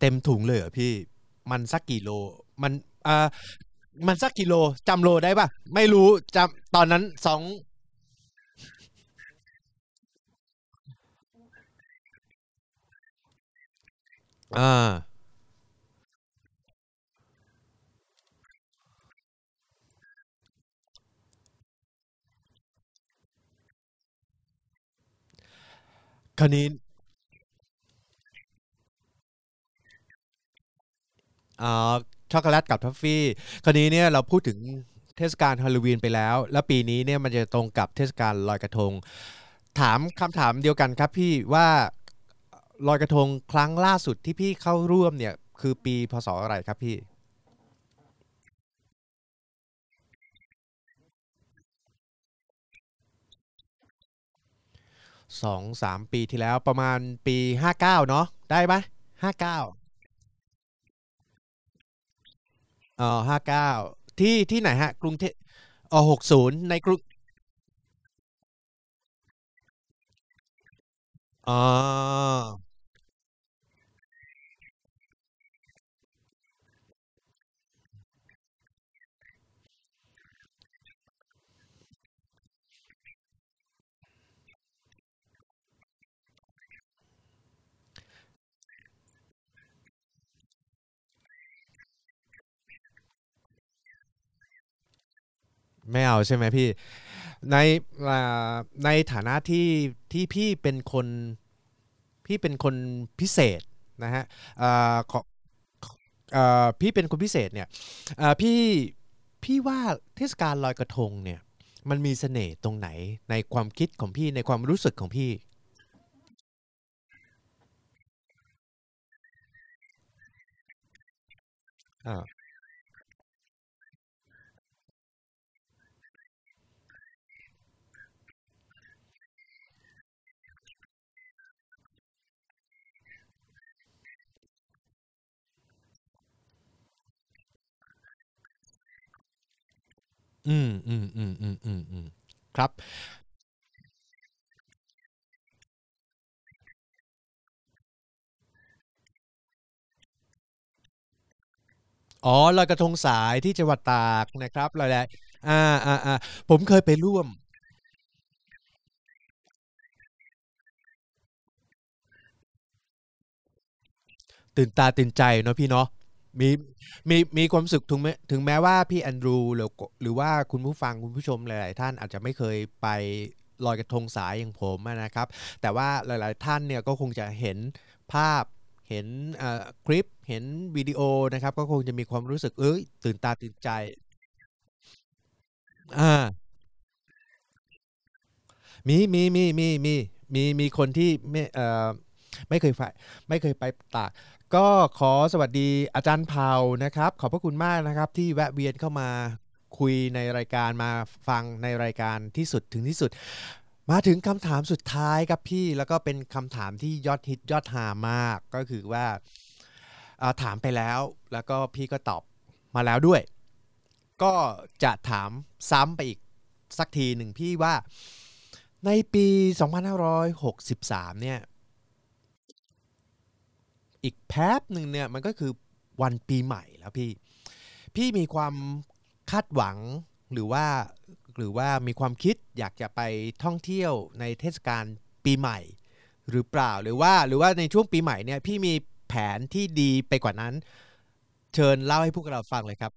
เต็มถุงเลยเหรอพี่มันสักกี่โลมันอ่ามันสักกี่โลจำโลได้ปะไม่รู้จำตอนนั้นสองอ่าคราวนี้อ่าช็อกโกแลตกับทอฟฟี่คราวนี้เนี่ยเราพูดถึงเทศกาลฮาโลวีนไปแล้วแล้วปีนี้เนี่ยมันจะตรงกับเทศกาลลอยกระทงถามคำถามเดียวกันครับพี่ว่าลอยกระทงครั้งล่าสุดที่พี่เข้าร่วมเนี่ยคือปีพศอะไรครับพี่ 2-3 ปีที่แล้วประมาณปี59เนาะได้ไหม5959ที่ไหนฮะกรุงเทพ60ในกรุงอ๋อไม่เอาใช่ไหมพี่ในอ่ในฐานะที่พี่เป็นคนพิเศษนะฮะอ่าขอพี่เป็นคนพิเศษเนี่ยพี่ว่าเทศกาลลอยกระทงเนี่ยมันมีเสน่ห์ตรงไหนในความคิดของพี่ในความรู้สึกของพี่อ่าครับ อ๋อลอยกระทงสายที่จังหวัดตากนะครับลอยแหละอ่าผมเคยไปร่วมตื่นตาตื่นใจเนาะพี่เนาะมีมีความรู้สึกถึงแม้ว่าพี่แอนดรูหรือว่าคุณผู้ฟังคุณผู้ชมหลายๆท่านอาจจะไม่เคยไปลอยกระทงสายอย่างผมอะนะครับแต่ว่าหลายๆท่านเนี่ยก็คงจะเห็นภาพเห็นคลิปเห็นวิดีโอนะครับก็คงจะมีความรู้สึกเอ้ยตื่นตาตื่นใจอ่า มีคนที่ไม่เคยไปไม่เคยไปตากก็ขอสวัสดีอาจารย์เผานะครับขอบพระคุณมากนะครับที่แวะเวียนเข้ามาคุยในรายการมาฟังในรายการที่สุดถึงที่สุดมาถึงคำถามสุดท้ายครับพี่แล้วก็เป็นคำถามที่ยอดฮิตยอดฮามากก็คือว่าถามไปแล้วแล้วก็พี่ก็ตอบมาแล้วด้วยก็จะถามซ้ำไปอีกสักทีหนึ่งพี่ว่า ในปี2563เนี่ยอีกแป๊บหนึ่งเนี่ยมันก็คือวันปีใหม่แล้วพี่มีความคาดหวังหรือว่ามีความคิดอยากจะไปท่องเที่ยวในเทศกาลปีใหม่หรือเปล่าหรือว่าในช่วงปีใหม่เนี่ยพี่มีแผนที่ดีไปกว่านั้นเชิญเล่าให้พวกเราฟังเลยครับ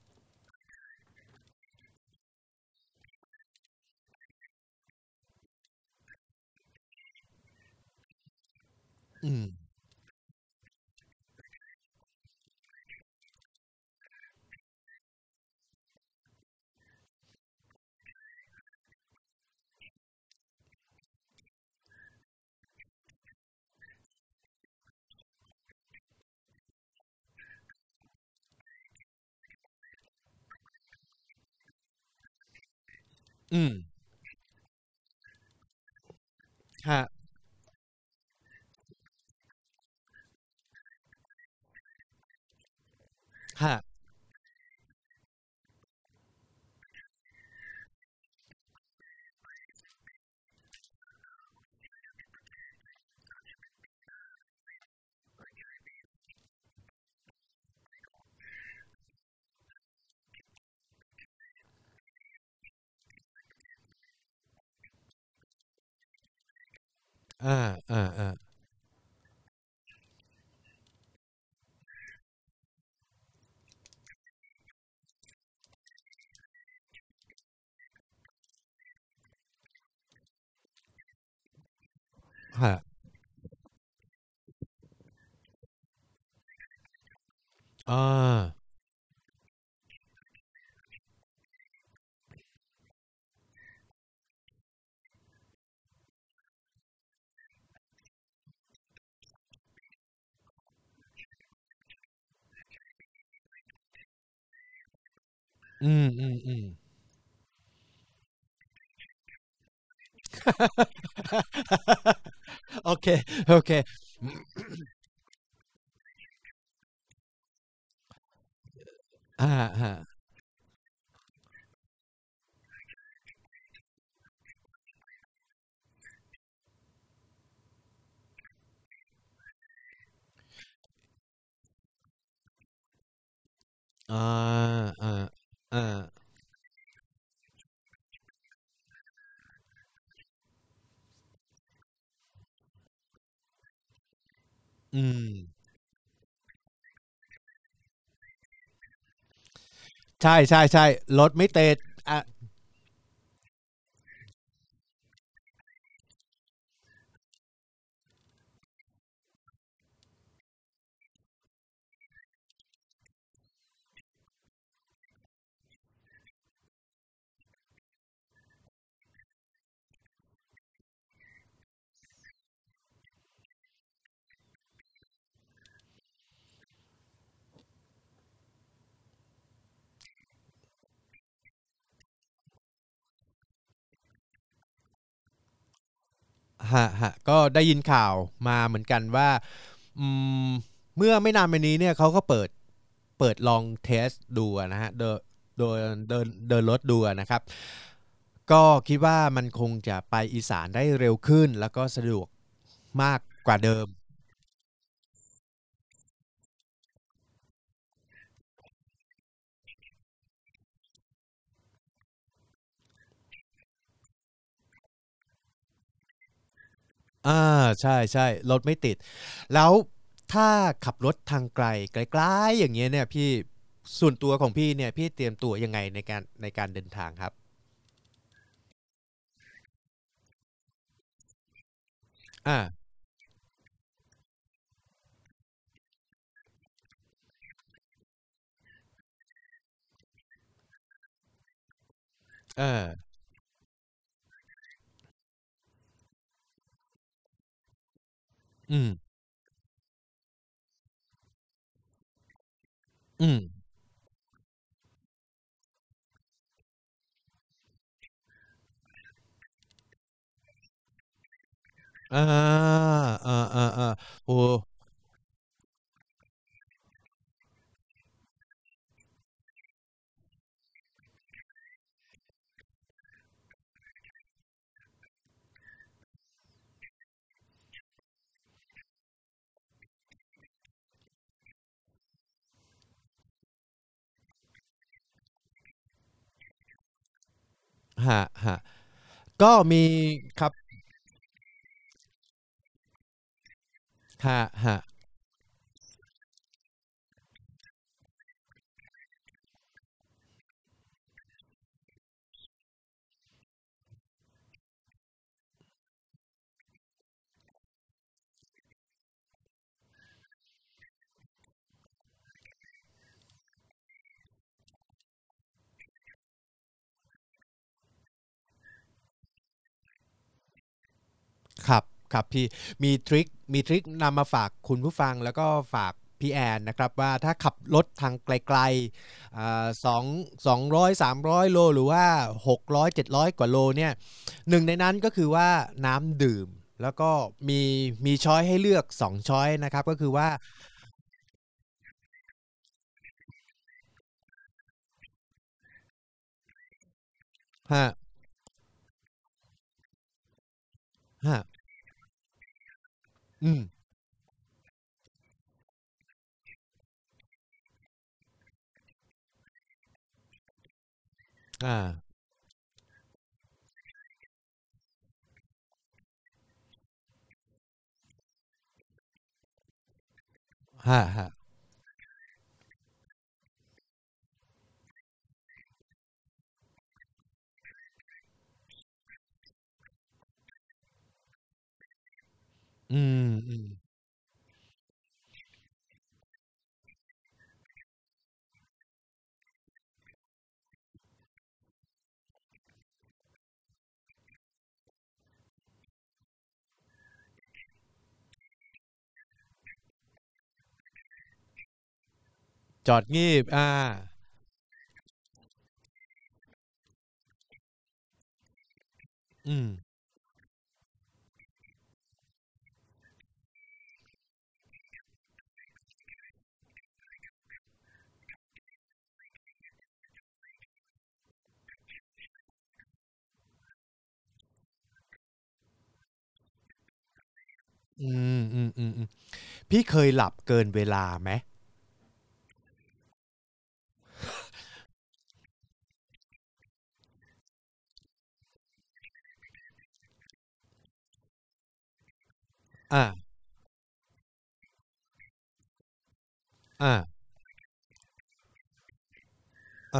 อืมอืมฮะฮะอ่าอ่าฮะอ่าอืมอืมอืมโอเคโอเคอ่าฮะอ่าอ่าอ่าอืมใช่ใช่ใช่รถไม่ติดอ่ะฮะฮะก็ได้ยินข่าวมาเหมือนกันว่าอืมเมื่อไม่นานมานี้เนี่ยเขาก็เปิดลองเทสดูอะนะฮะโดยรถดูอะนะครับ ก็คิดว่ามันคงจะไปอีสานได้เร็วขึ้นแล้วก็สะดวกมากกว่าเดิมอ่าใช่ใช่รถไม่ติดแล้วถ้าขับรถทางไกลไกลๆอย่างเงี้ยเนี่ยพี่ส่วนตัวของพี่เนี่ยพี่เตรียมตัวยังไงในการเดินทางครับอ่าเอออืมอืมอ่าอ่าโอ้ฮะฮะก็มีครับฮะฮะครับครับพี่มีทริคนำมาฝากคุณผู้ฟังแล้วก็ฝากพี่แอนนะครับว่าถ้าขับรถทางไกลๆ200300 โลหรือว่า600700กว่าโลเนี่ยหนึ่งในนั้นก็คือว่าน้ำดื่มแล้วก็มีมีช้อยให้เลือก2 ช้อยนะครับก็คือว่าฮะฮะอืมอ่าฮะฮะอืมอืมจอดงีบอืมอืมอืมอืมอืมพี่เคยหลับเกินเวลาไหมอ่าอ่าอ่า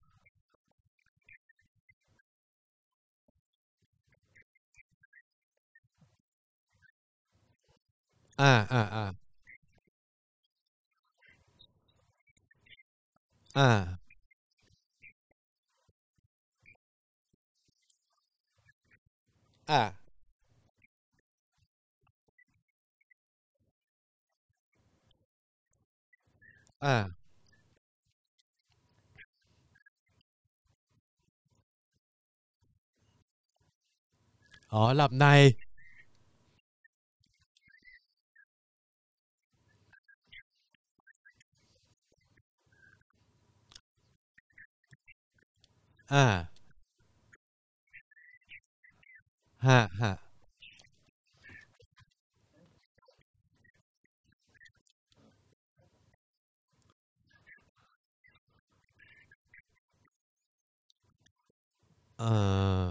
อ่าอ่าอ่าอ่าอ่าอ่าอ๋อหลับในอ่าฮะฮะเออ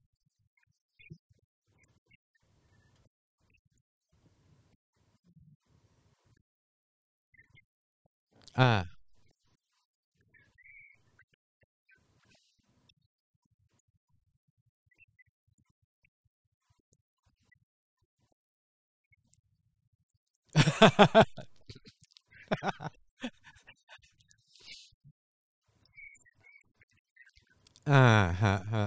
อ่าอ่าฮะฮะ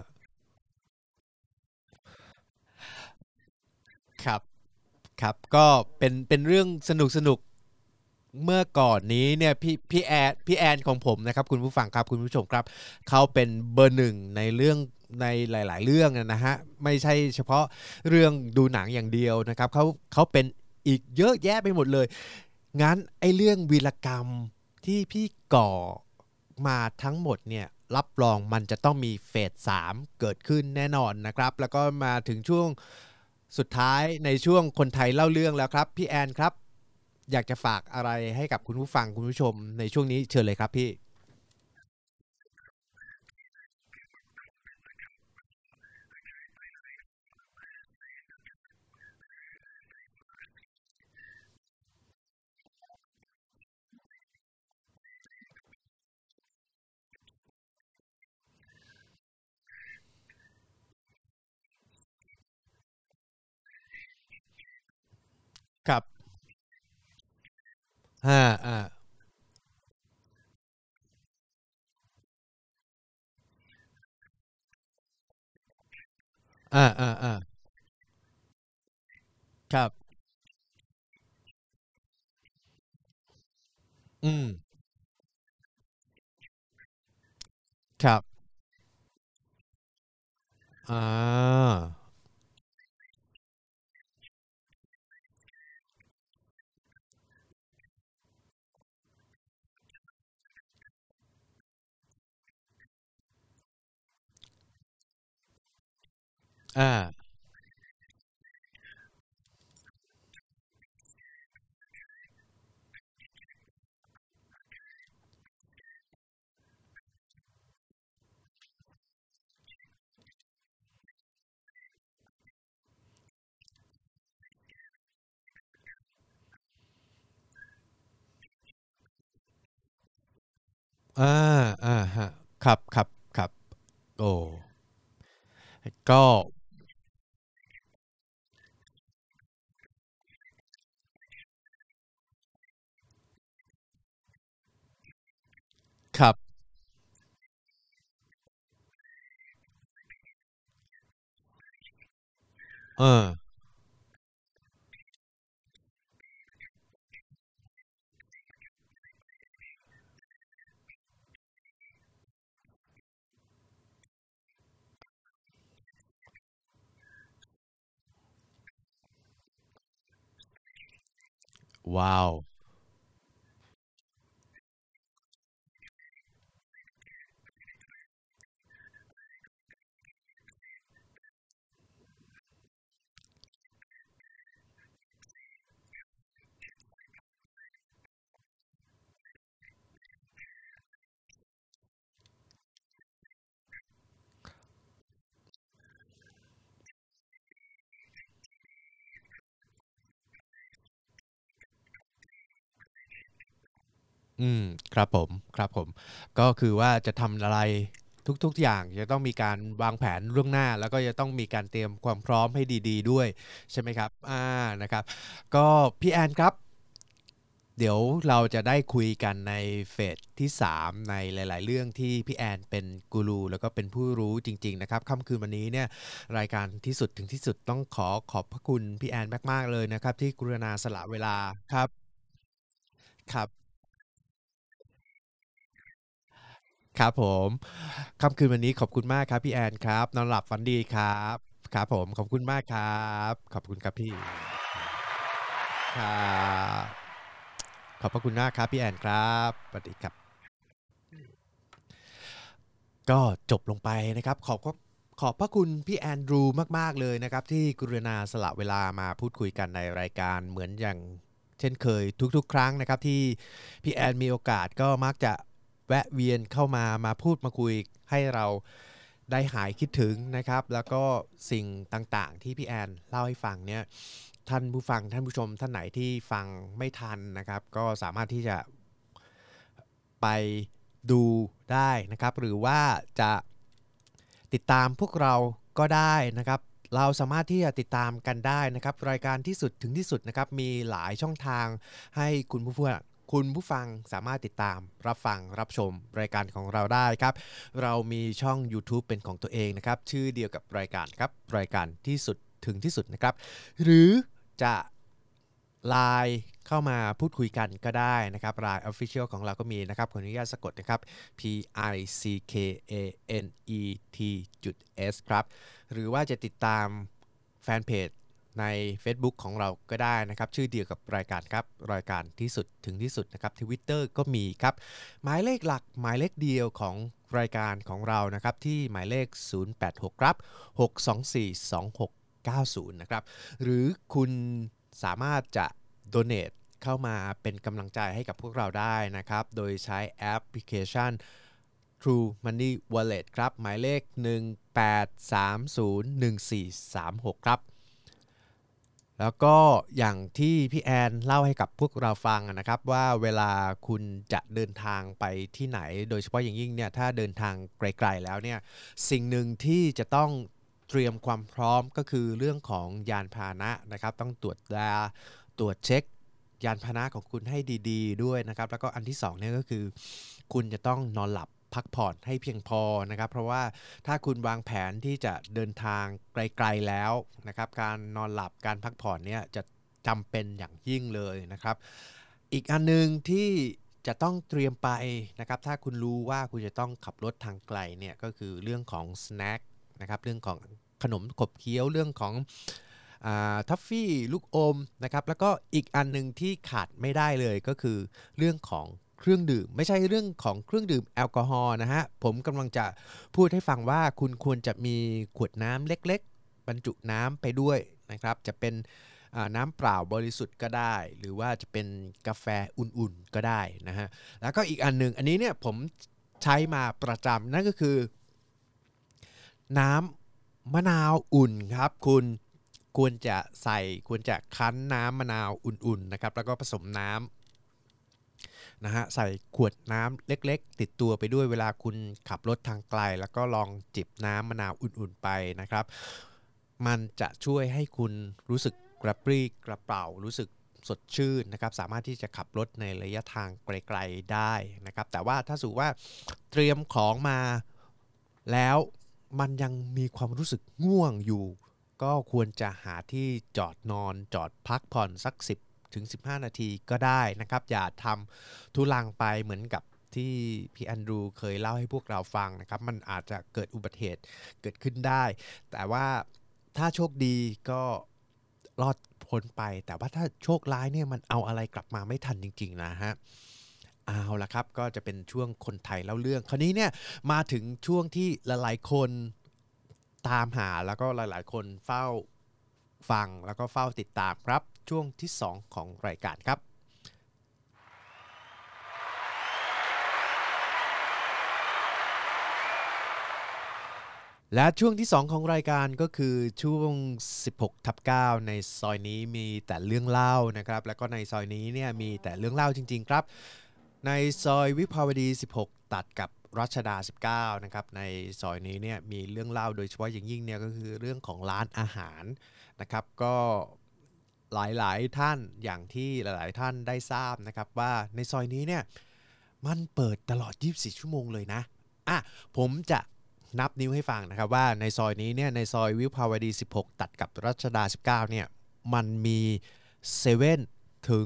ครับครับก็เป็นเรื่องสนุกสนุก เมื่อก่อนนี้เนี่ยพี่แอนของผมนะครับคุณผู้ฟังครับคุณผู้ชมครับเขาเป็นเบอร์หนึ่งในเรื่องในหลายๆเรื่องนะฮะไม่ใช่เฉพาะเรื่องดูหนังอย่างเดียวนะครับเขาเป็นอีกเยอะแยะไปหมดเลยงั้นไอ้เรื่องวีรกรรมที่พี่ก่อมาทั้งหมดเนี่ยรับรองมันจะต้องมีเฟส3เกิดขึ้นแน่นอนนะครับแล้วก็มาถึงช่วงสุดท้ายในช่วงคนไทยเล่าเรื่องแล้วครับพี่แอนครับ อยากจะฝากอะไรให้กับคุณผู้ฟังคุณผู้ชมในช่วงนี้เชิญเลยครับพี่ครับอ่าอ่าอ่าอ่าอ่าครับอืมครับอ่าอ่าอาฮะครับครับครับโอ้ก็ครับเออว้าวอืมครับผมครับผมก็คือว่าจะทำอะไรทุกๆอย่างจะต้องมีการวางแผนล่วงหน้าแล้วก็จะต้องมีการเตรียมความพร้อมให้ดีๆด้วยใช่ไหมครับนะครับก็พี่แอนครับ เดี๋ยวเราจะได้คุยกันในเฟสที่3ในหลายๆเรื่องที่พี่แอนเป็นกูรูแล้วก็เป็นผู้รู้จริงๆนะครับค่ำคืนวันนี้เนี่ยรายการที่สุดถึงที่สุดต้องขอบพระคุณพี่แอนมากๆเลยนะครับที่กรุณาสละเวลาครับครับครับผมค่ำคืนวันนี้ขอบคุณมากครับพี่แอนครับนอนหลับฝันดีครับครับผมขอบคุณมากครับขอบคุณครับพี่ครับขอบพระคุณมากครับพี่แอนครับสวัสดีครับ ก็จบลงไปนะครับขอบพระคุณพี่แอนดรูมากๆเลยนะครับที่กรุณาสละเวลามาพูดคุยกันในรายการเหมือนอย่างเช่นเคยทุกๆครั้งนะครับที่พี่แอนมีโอกาสก็มักจะแวะเวียนเข้ามาพูดมาคุยให้เราได้หายคิดถึงนะครับแล้วก็สิ่งต่างๆที่พี่แอนเล่าให้ฟังเนี่ยท่านผู้ฟังท่านผู้ชมท่านไหนที่ฟังไม่ทันนะครับก็สามารถที่จะ ไปดูได้นะครับหรือว่าจะติดตามพวกเราก็ได้นะครับเราสามารถที่จะติดตามกันได้นะครับรายการที่สุดถึงที่สุดนะครับมีหลายช่องทางให้คุณผู้ฟังสามารถติดตามรับฟังรับชมรายการของเราได้ครับเรามีช่อง YouTube เป็นของตัวเองนะครับชื่อเดียวกับรายการครับรายการที่สุดถึงที่สุดนะครับหรือจะ ไลน์เข้ามาพูดคุยกันก็ได้นะครับ Line Official ของเราก็มีนะครับขออนุญาตสะกดนะครับ PICKANET S ครับหรือว่าจะติดตามแฟนเพจใน Facebook ของเราก็ได้นะครับชื่อเดียวกับรายการครับรายการที่สุดถึงที่สุดนะครับ Twitter ก็มีครับหมายเลขหลักหมายเลขเดียวของรายการของเรานะครับที่หมายเลข086ครับ6242690นะครับหรือคุณสามารถจะ Donate เข้ามาเป็นกำลังใจให้กับพวกเราได้นะครับโดยใช้แอปพลิเคชัน True Money Wallet ครับหมายเลข18301436ครับแล้วก็อย่างที่พี่แอนเล่าให้กับพวกเราฟังนะครับว่าเวลาคุณจะเดินทางไปที่ไหนโดยเฉพาะอย่างยิ่งเนี่ยถ้าเดินทางไกลๆแล้วเนี่ยสิ่งหนึ่งที่จะต้องเตรียมความพร้อมก็คือเรื่องของยานพาหนะนะครับต้องตรวจเช็คยานพาหนะของคุณให้ดีๆด้วยนะครับแล้วก็อันที่สองเนี่ยก็คือคุณจะต้องนอนหลับพักผ่อนให้เพียงพอนะครับเพราะว่าถ้าคุณวางแผนที่จะเดินทางไกลๆแล้วนะครับการนอนหลับการพักผ่อนเนี่ยจะจำเป็นอย่างยิ่งเลยนะครับอีกอันนึงที่จะต้องเตรียมไปนะครับถ้าคุณรู้ว่าคุณจะต้องขับรถทางไกลเนี่ยก็คือเรื่องของสแน็คนะครับเรื่องของขนมขบเคี้ยวเรื่องของทัฟฟี่ลูกอมนะครับแล้วก็อีกอันหนึ่งที่ขาดไม่ได้เลยก็คือเรื่องของเครื่องดื่มไม่ใช่เรื่องของเครื่องดื่มแอลกอฮอล์นะฮะผมกำลังจะพูดให้ฟังว่าคุณควรจะมีขวดน้ำเล็กๆบรรจุน้ำไปด้วยนะครับจะเป็นน้ำเปล่าบริสุทธิ์ก็ได้หรือว่าจะเป็นกาแฟอุ่นๆก็ได้นะฮะแล้วก็อีกอันหนึ่งอันนี้เนี่ยผมใช้มาประจำนั่นก็คือ น้ำมะนาวอุ่นครับคุณควรจะคั้นน้ำมะนาวอุ่นๆนะครับแล้วก็ผสมน้นะฮะใส่ขวดน้ำเล็กๆติดตัวไปด้วยเวลาคุณขับรถทางไกลแล้วก็ลองจิบน้ำมะนาวอุ่นๆไปนะครับมันจะช่วยให้คุณรู้สึกกระปรี้กระเปร่ารู้สึกสดชื่นนะครับสามารถที่จะขับรถในระยะทางไกลๆได้นะครับแต่ว่าถ้าสมมุติว่าเตรียมของมาแล้วมันยังมีความรู้สึกง่วงอยู่ก็ควรจะหาที่จอดนอนจอดพักผ่อนสัก10ถึง15นาทีก็ได้นะครับอย่าทำทุลังไปเหมือนกับที่พี่แอนดรูเคยเล่าให้พวกเราฟังนะครับมันอาจจะเกิดอุบัติเหตุเกิดขึ้นได้แต่ว่าถ้าโชคดีก็รอดพ้นไปแต่ว่าถ้าโชคร้ายเนี่ยมันเอาอะไรกลับมาไม่ทันจริงๆนะฮะเอาละครับก็จะเป็นช่วงคนไทยเล่าเรื่องคราวนี้เนี่ยมาถึงช่วงที่หลายๆคนตามหาแล้วก็หลายๆคนเฝ้าฟังแล้วก็เฝ้าติดตามครับช่วงที่2ของรายการครับและช่วงที่2ของรายการก็คือช่วง 16/9 ในซอยนี้มีแต่เรื่องเล่านะครับแล้วก็ในซอยนี้เนี่ยมีแต่เรื่องเล่าจริงๆครับในซอยวิภาวดี16ตัดกับรัชดา19นะครับในซอยนี้เนี่ยมีเรื่องเล่าโดยเฉพาะอย่างยิ่งเนี่ยก็คือเรื่องของร้านอาหารนะครับก็หลายๆท่านอย่างที่หลายๆท่านได้ทราบนะครับว่าในซอยนี้เนี่ยมันเปิดตลอด24ชั่วโมงเลยนะผมจะนับนิ้วให้ฟังนะครับว่าในซอยนี้เนี่ยในซอยวิภาวดี16ตัดกับรัชดา19เนี่ยมันมีเซเว่นถึง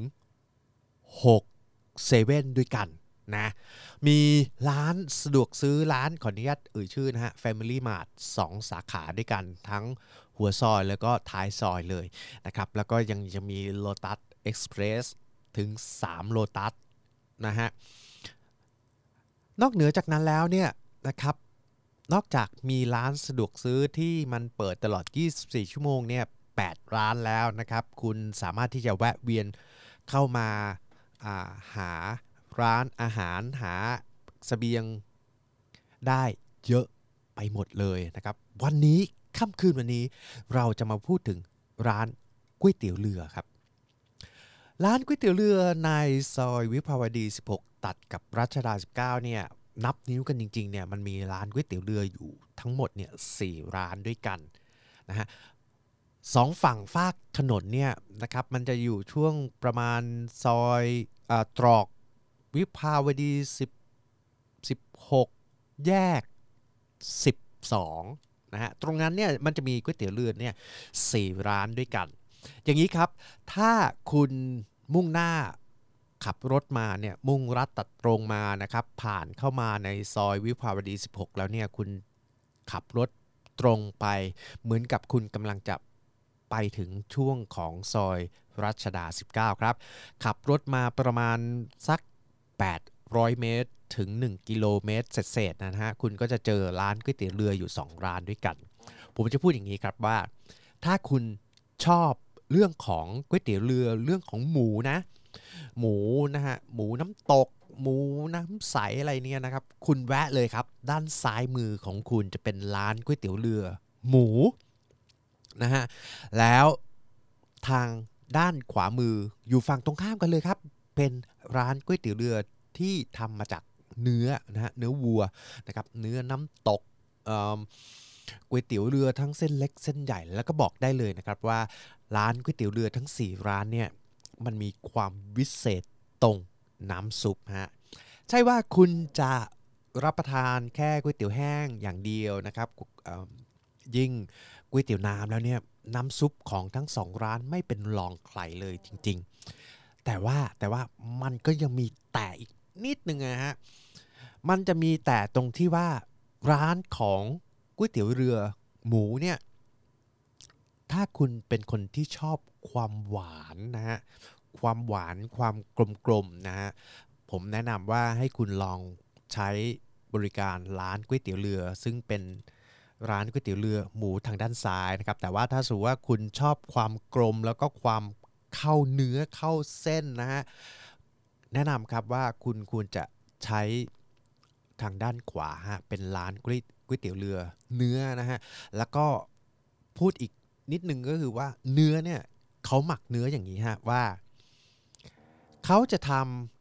6เซเว่นด้วยกันนะมีร้านสะดวกซื้อร้านขออนุญาตชื่อนะฮะ Family Mart 2สาขาด้วยกันทั้งหัวซอยแล้วก็ท้ายซอยเลยนะครับแล้วก็ยังจะมี Lotus Express ถึง3 Lotus นะฮะนอกเหนือจากนั้นแล้วเนี่ยนะครับนอกจากมีร้านสะดวกซื้อที่มันเปิดตลอด24ชั่วโมงเนี่ย8ร้านแล้วนะครับคุณสามารถที่จะแวะเวียนเข้ามาหาร้านอาหารหาเสบียงได้เยอะไปหมดเลยนะครับวันนี้ค่ำคืนวันนี้เราจะมาพูดถึงร้านก๋วยเตี๋ยวเรือครับร้านก๋วยเตี๋ยวเรือในซอยวิภาวดี16ตัดกับรัชดา19เนี่ยนับนิ้วกันจริงๆเนี่ยมันมีร้านก๋วยเตี๋ยวเรืออยู่ทั้งหมดเนี่ย4ร้านด้วยกันนะฮะสองฝั่งฝากถนนเนี่ยนะครับมันจะอยู่ช่วงประมาณซอยตรอกวิภาวดี16แยก12นะฮะตรงนั้นเนี่ยมันจะมีก๋วยเตี๋ยวเรือเนี่ย4ร้านด้วยกันอย่างนี้ครับถ้าคุณมุ่งหน้าขับรถมาเนี่ยมุ่งรัดตัดตรงมานะครับผ่านเข้ามาในซอยวิภาวดี16แล้วเนี่ยคุณขับรถตรงไปเหมือนกับคุณกำลังจะไปถึงช่วงของซอยรัชดา19ครับขับรถมาประมาณสัก800เมตรถึง1กิโลเมตรเศษๆนะฮะคุณก็จะเจอร้านก๋วยเตี๋ยวเรืออยู่2ร้านด้วยกันผมจะพูดอย่างนี้ครับว่าถ้าคุณชอบเรื่องของก๋วยเตี๋ยวเรือเรื่องของหมูนะหมูนะฮะหมูน้ำตกหมูน้ำใสอะไรเนี่ยนะครับคุณแวะเลยครับด้านซ้ายมือของคุณจะเป็นร้านก๋วยเตี๋ยวเรือหมูนะฮะแล้วทางด้านขวามืออยู่ฝั่งตรงข้ามกันเลยครับเป็นร้านก๋วยเตี๋ยวเรือที่ทำมาจากเนื้อนะฮะเนื้อวัวนะครับเนื้อน้ำตกก๋วยเตี๋ยวเรือทั้งเส้นเล็กเส้นใหญ่แล้วก็บอกได้เลยนะครับว่าร้านก๋วยเตี๋ยวเรือทั้ง4ร้านเนี่ยมันมีความวิเศษตรงน้ำซุปฮะใช่ว่าคุณจะรับประทานแค่ก๋วยเตี๋ยวแห้งอย่างเดียวนะครับยิ่งก๋วยเตี๋ยวน้ำแล้วเนี่ยน้ำซุปของทั้ง2ร้านไม่เป็นรองใครเลยจริงๆแต่ว่ามันก็ยังมีแต่อีกนิดนึงนะฮะมันจะมีแต่ตรงที่ว่าร้านของก๋วยเตี๋ยวเรือหมูเนี่ยถ้าคุณเป็นคนที่ชอบความหวานนะฮะความหวานความกลมๆนะฮะผมแนะนำว่าให้คุณลองใช้บริการร้านก๋วยเตี๋ยวเรือซึ่งเป็นร้านก๋วยเตี๋ยวเรือหมูทางด้านซ้ายนะครับแต่ว่าถ้าสมมุติว่าคุณชอบความกลมแล้วก็ความเข้าเนื้อเข้าเส้นนะฮะแนะนำครับว่าคุณควรจะใช้ทางด้านขวาฮะเป็นร้านก๋วยเตี๋ยวเรือเนื้อนะฮะแล้วก็พูดอีกนิดนึงก็คือว่าเนื้อเนี่ยเขาหมักเนื้ออย่างนี้ฮะว่าเขาจะท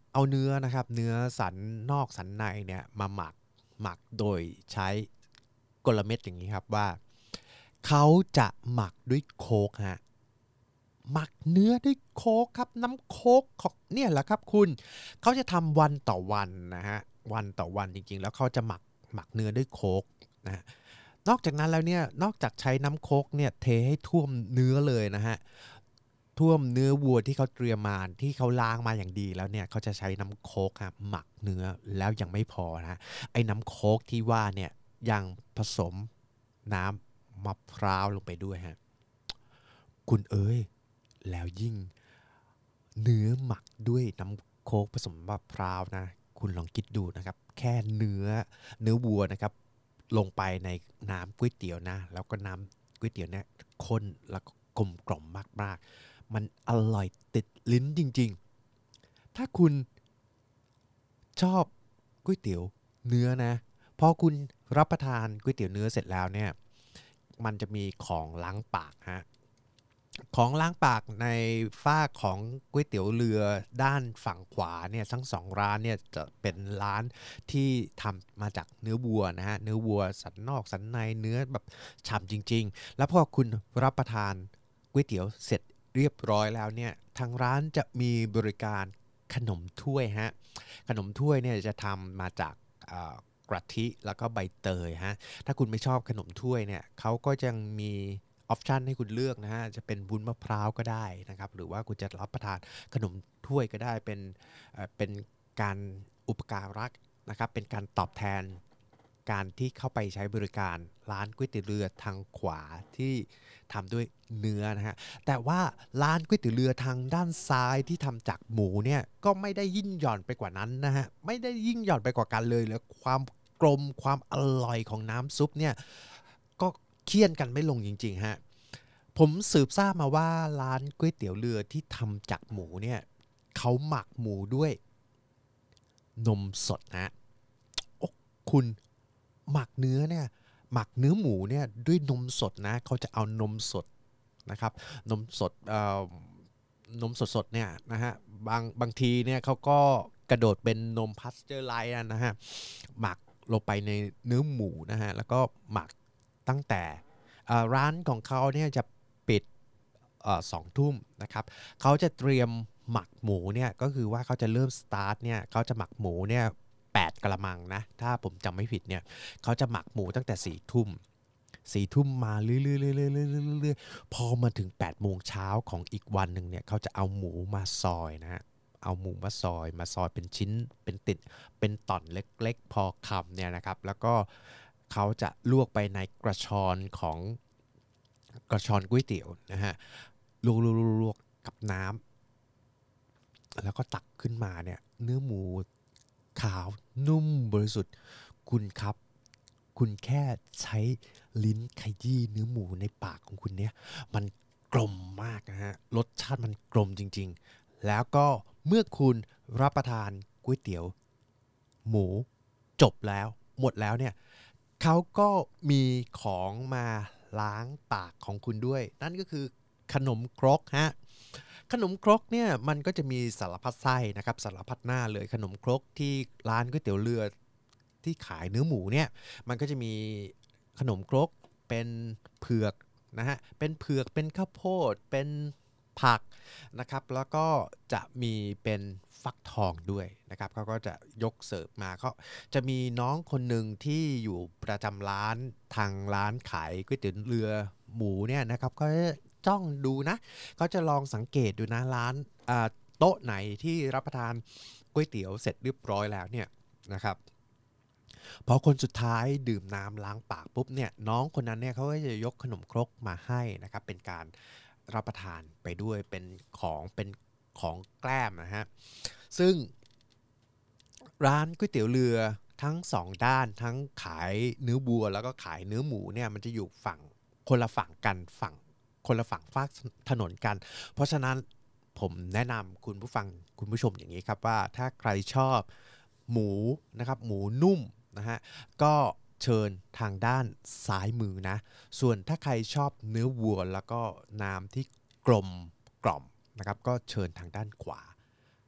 เอาเนื้อนะครับเนื้อสันนอกสันในเนี่ยมาหมักโดยใช้กลเม็ดอย่างนี้ครับว่าเขาจะหมักด้วยโค้กฮะหมักเนื้อด้วยโค้กครับน้ำโค้กของเนี่ยแหละครับคุณเขาจะทำวันต่อวันนะฮะวันต่อวันจริงๆแล้วเขาจะหมักเนื้อด้วยโค้กนะฮะนอกจากนั้นแล้วเนี่ยนอกจากใช้น้ำโค้กเนี่ยเทให้ท่วมเนื้อเลยนะฮะท่วมเนื้อวัวที่เขาเตรียมมาที่เขาล้างมาอย่างดีแล้วเนี่ยเขาจะใช้น้ำโค้กครับหมักเนื้อแล้วยังไม่พอนะไอ้น้ำโค้กที่ว่าเนี่ยยังผสมน้ำมะพร้าวลงไปด้วยฮะคุณเอ๋ยแล้วยิ่งเนื้อหมักด้วยน้ำโค้กผสมมะพร้าวนะคุณลองคิดดูนะครับแค่เนื้อวัวนะครับลงไปในน้ำก๋วยเตี๋ยวนะแล้วก็น้ำก๋วยเตี๋ยวเนี่ยข้นแล้วก็กลมกล่อมมากๆมันอร่อยติดลิ้นจริงๆถ้าคุณชอบก๋วยเตี๋ยวเนื้อนะพอคุณรับประทานก๋วยเตี๋ยวเนื้อเสร็จแล้วเนี่ยมันจะมีของล้างปากฮะ ของล้างปากในฝ้ากของก๋วยเตี๋ยวเรือด้านฝั่งขวาเนี่ยทั้งสองร้านเนี่ยจะเป็นร้านที่ทำมาจากเนื้อวัวนะฮะเนื้อวัวสันนอกสันในเนื้อแบบฉ่ำจริงๆแล้วพอคุณรับประทานก๋วยเตี๋ยวเสร็จเรียบร้อยแล้วเนี่ยทางร้านจะมีบริการขนมถ้วยฮะขนมถ้วยเนี่ยจะทำมาจากกะทิแล้วก็ใบเตยฮะถ้าคุณไม่ชอบขนมถ้วยเนี่ยเขาก็ยังมีออปชันให้คุณเลือกนะฮะจะเป็นวุ้นมะพร้าวก็ได้นะครับหรือว่าคุณจะรับประทานขนมถ้วยก็ได้เป็นการอุปการะนะครับเป็นการตอบแทนการที่เข้าไปใช้บริการร้านก๋วยเตี๋ยวเรือทางขวาที่ทำด้วยเนื้อนะฮะแต่ว่าร้านก๋วยเตี๋ยวเรือทางด้านซ้ายที่ทำจากหมูเนี่ยก็ไม่ได้ยิ่งหย่อนไปกว่านั้นนะฮะไม่ได้ยิ่งหย่อนไปกว่ากันเลยแล้วความกลมความอร่อยของน้ำซุปเนี่ยก็เคี่ยนกันไม่ลงจริงๆฮะ ผมสืบทราบมาว่าร้านก๋วยเตี๋ยวเรือที่ทำจากหมูเนี่ยเขาหมักหมูด้วยนมสดนะโอ้คุณหมักเนื้อเนี่ยหมักเนื้อหมูเนี่ยด้วยนมสดนะเขาจะเอานมสดนะครับนมสดนมสดๆเนี่ยนะฮะบางทีเนี่ยเขาก็กระโดดเป็นนมพาสเจอร์ไลท์นะฮะหมักลงไปในเนื้อหมูนะฮะแล้วก็หมักตั้งแต่ร้านของเขาเนี่ยจะปิด2 ทุ่มนะครับเขาจะเตรียมหมักหมูเนี่ยก็คือว่าเขาจะเริ่มสตาร์ทเนี่ยเขาจะหมักหมูเนี่ย8 กะละมังนะถ้าผมจำไม่ผิดเนี่ยเขาจะหมักหมูตั้งแต่4 ทุ่มมาเรื่อยๆๆๆๆพอมาถึง8 โมงเช้าของอีกวันหนึ่งเนี่ยเขาจะเอาหมูมาซอยนะฮะเอาหมูมาซอยเป็นชิ้นเป็นติดเป็นต่อนเล็กๆพอคำเนี่ยนะครับแล้วก็เขาจะลวกไปในกระชอนของกระชอนก๋วยเตี๋ยวนะฮะลวกกับน้ำแล้วก็ตักขึ้นมาเนี่ยเนื้อหมูขาวนุ่มบริสุทธิ์คุณครับคุณแค่ใช้ลิ้นขยี้เนื้อหมูในปากของคุณเนี่ยมันกลมมากนะฮะรสชาติมันกลมจริงๆแล้วก็เมื่อคุณรับประทานก๋วยเตี๋ยวหมูจบแล้วหมดแล้วเนี่ยเขาก็มีของมาล้างปากของคุณด้วยนั่นก็คือขนมครกฮะ ขนมครกเนี่ยมันก็จะมีสารพัดไส้นะครับสารพัดหน้าเลยขนมครกที่ร้านก๋วยเตี๋ยวเรือที่ขายเนื้อหมูเนี่ยมันก็จะมีขนมครกเป็นเผือกนะฮะเป็นเผือกเป็นข้าวโพดเป็นผักนะครับแล้วก็จะมีเป็นฟักทองด้วยนะครับเขาก็จะยกเสิร์ฟมาเขาจะมีน้องคนหนึ่งที่อยู่ประจำร้านทางร้านขายก๋วยเตี๋ยวเรือหมูเนี่ยนะครับก็จ้องดูนะ ก็จะลองสังเกตดูนะร้านโต๊ะไหนที่รับประทานก๋วยเตี๋ยวเสร็จเรียบร้อยแล้วเนี่ยนะครับพอคนสุดท้ายดื่มน้ำล้างปากปุ๊บเนี่ยน้องคนนั้นเนี่ยเขาก็จะยกขนมครกมาให้นะครับเป็นการรับประทานไปด้วยเป็นของแกล้มนะฮะซึ่งร้านก๋วยเตี๋ยวเรือทั้งสองด้านทั้งขายเนื้อวัวแล้วก็ขายเนื้อหมูเนี่ยมันจะอยู่ฝั่งคนละฝั่งกันคนละฝั่งฝากถนนกัน เพราะฉะนั้นผมแนะนำคุณผู้ฟังคุณผู้ชมอย่างนี้ครับว่าถ้าใครชอบหมูนะครับหมูนุ่มนะฮะก็เชิญทางด้านซ้ายมือนะส่วนถ้าใครชอบเนื้อวัวแล้วก็น้ำที่กลมกล่อมนะครับก็เชิญทางด้านขวา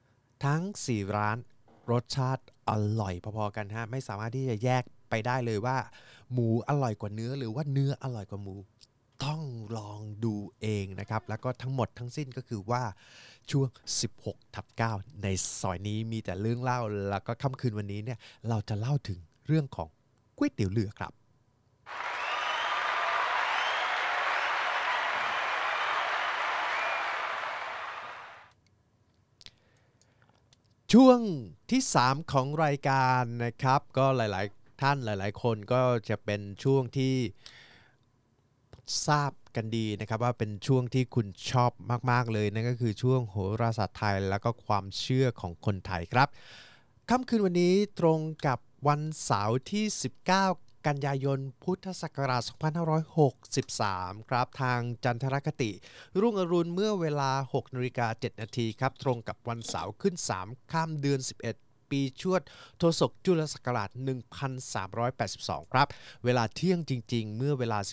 ทั้ง4ร้านรสชาติอร่อยพอๆกันฮะไม่สามารถที่จะแยกไปได้เลยว่าหมูอร่อยกว่าเนื้อหรือว่าเนื้ออร่อยกว่าหมูต้องลองดูเองนะครับแล้วก็ทั้งหมดทั้งสิ้นก็คือว่าช่วง16/9ในซอยนี้มีแต่เรื่องเล่าแล้วก็ค่ำคืนวันนี้เนี่ยเราจะเล่าถึงเรื่องของก๋วยเตี๋ยวเรือครับช่วงที่3ของรายการนะครับก็หลายๆท่านหลายๆคนก็จะเป็นช่วงที่ทราบกันดีนะครับว่าเป็นช่วงที่คุณชอบมากๆเลยนั่นก็คือช่วงโหราศาสตร์ไทยแล้วก็ความเชื่อของคนไทยครับค่ำคืนวันนี้ตรงกับวันเสาร์ที่19กันยายนพุทธศักราช2563ครับทางจันทรคติรุ่งอรุณเมื่อเวลา 6:07 นาทีครับตรงกับวันเสาร์ขึ้น3ค่ำเดือน11ปีชวดโทศกจุลศักราช1382ครับเวลาเที่ยงจริงๆเมื่อเวลา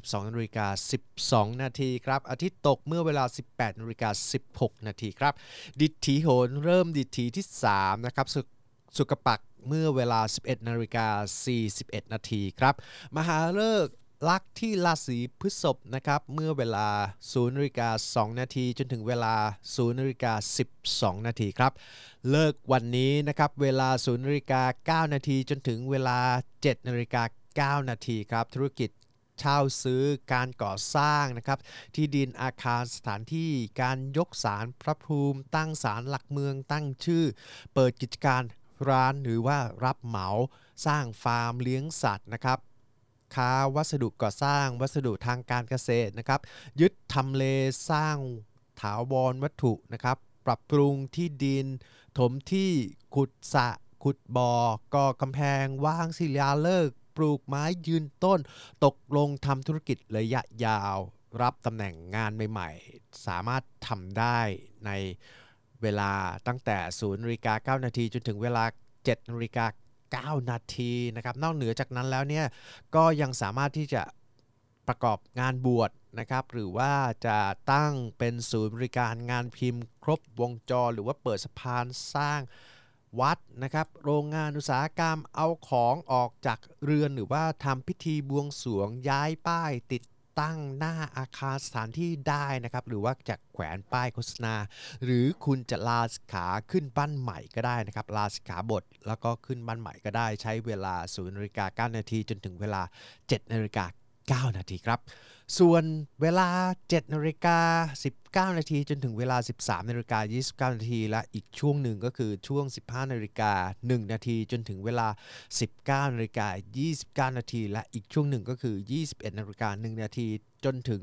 12:12 นาทีครับอาทิตย์ตกเมื่อเวลา 18:16 นาทีครับดิถีโหนเริ่มดิถีที่3นะครับสุกปักเมื่อเวลา 11:41 นาทีครับมหาฤกษ์ลักษ์ที่ราศีพฤษภนะครับเมื่อเวลา 0:02 นาทีจนถึงเวลา 0:12 นาทีครับเลิกวันนี้นะครับเวลา 0:09 นาทีจนถึงเวลา 7:09 นาทีครับธุรกิจเช่าซื้อการก่อสร้างนะครับที่ดินอาคารสถานที่การยกศาลพระภูมิตั้งศาลหลักเมืองตั้งชื่อเปิดกิจการร้านหรือว่ารับเหมาสร้างฟาร์มเลี้ยงสัตว์นะครับค้าวัสดุก่อสร้างวัสดุทางการเกษตรนะครับยึดทำเลสร้างถาวรวัตถุนะครับปรับปรุงที่ดินถมที่ขุดสระขุดบ่อก่อกำแพงวางศิลาฤกษ์ปลูกไม้ยืนต้นตกลงทำธุรกิจระยะยาวรับตำแหน่งงานใหม่ๆสามารถทำได้ในเวลาตั้งแต่ 0:09 นาทีจนถึงเวลา 7:09 นาทีนะครับนอกเหนือจากนั้นแล้วเนี่ยก็ยังสามารถที่จะประกอบงานบวชนะครับหรือว่าจะตั้งเป็นศูนย์บริการงานพิมพ์ครบวงจรหรือว่าเปิดสะพานสร้างวัดนะครับโรงงานอุตสาหกรรมเอาของออกจากเรือนหรือว่าทำพิธีบวงสรวงย้ายป้ายติดตั้งหน้าอาคารสถานที่ได้นะครับหรือว่าจะแขวนป้ายโฆษณาหรือคุณจะลาสิกขาขึ้นบ้านใหม่ก็ได้นะครับลาสิกขาบทแล้วก็ขึ้นบ้านใหม่ก็ได้ใช้เวลา 0:09 นาทีจนถึงเวลา 7:09 นาทีครับส่วนเวลา 7:19 นาทีจนถึงเวลา 13:29 นาทีและอีกช่วงหนึ่งก็คือช่วง 15:01 นาทีจนถึงเวลา 19:29 นาทีและอีกช่วงหนึ่งก็คือ 21:01 นาทีจนถึง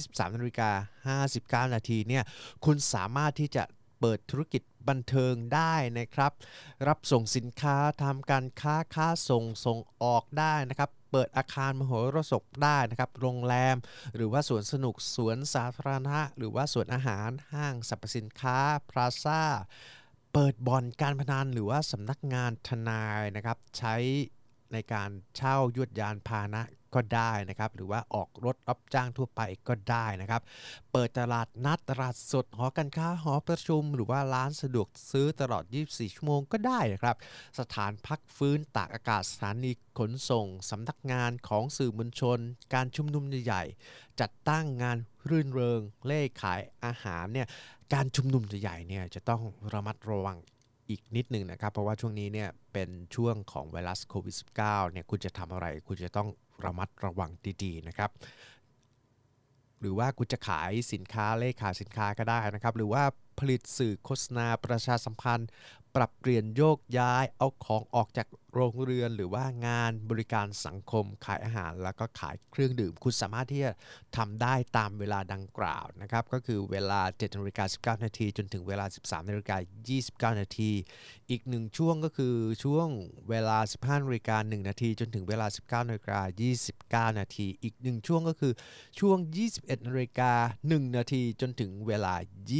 23:59 นาทีเนี่ยคุณสามารถที่จะเปิดธุรกิจบันเทิงได้นะครับรับส่งสินค้าทำการค้าส่งออกได้นะครับเปิดอาคารมโหรสพได้นะครับโรงแรมหรือว่าสวนสนุกสวนสาธารณะหรือว่าสวนอาหารห้างสรรพสินค้าพลาซ่าเปิดบ่อนการพนันหรือว่าสำนักงานทนายนะครับใช้ในการเช่ายวดยานพาหนะก็ได้นะครับหรือว่าออกรถรับจ้างทั่วไปก็ได้นะครับเปิดตลาดนัดตลาดสดหอการค้าหอประชุมหรือว่าร้านสะดวกซื้อตลอด24ชั่วโมงก็ได้นะครับสถานพักฟื้นตากอากาศสถานีขนส่งสำนักงานของสื่อมวลชนการชุมนุมใหญ่ๆจัดตั้งงานรื่นเริงเล่ขายอาหารเนี่ยการชุมนุมใหญ่ๆเนี่ยจะต้องระมัดระวังอีกนิดนึงนะครับเพราะว่าช่วงนี้เนี่ยเป็นช่วงของไวรัสโควิด -19 เนี่ยคุณจะทำอะไรคุณจะต้องระมัดระวังดีๆนะครับหรือว่าคุณจะขายสินค้าเลขขายสินค้าก็ได้นะครับหรือว่าผลิตสื่อโฆษณาประชาสัมพันธ์ปรับเปลี่ยนโยกย้ายเอาของออกจากโรงเรือนหรือว่างานบริการสังคมขายอาหารแล้วก็ขายเครื่องดื่มคุณสามารถที่จะทำได้ตามเวลาดังกล่าวนะครับก็คือเวลา 7:19 นาทีจนถึงเวลา 13:29 นาทีอีกหนึ่งช่วงก็คือช่วงเวลา 15:01 นาทีจนถึงเวลา 19:29 นาทีอีกหนึ่งช่วงก็คือช่วง 21:01 นาทีจนถึงเวลา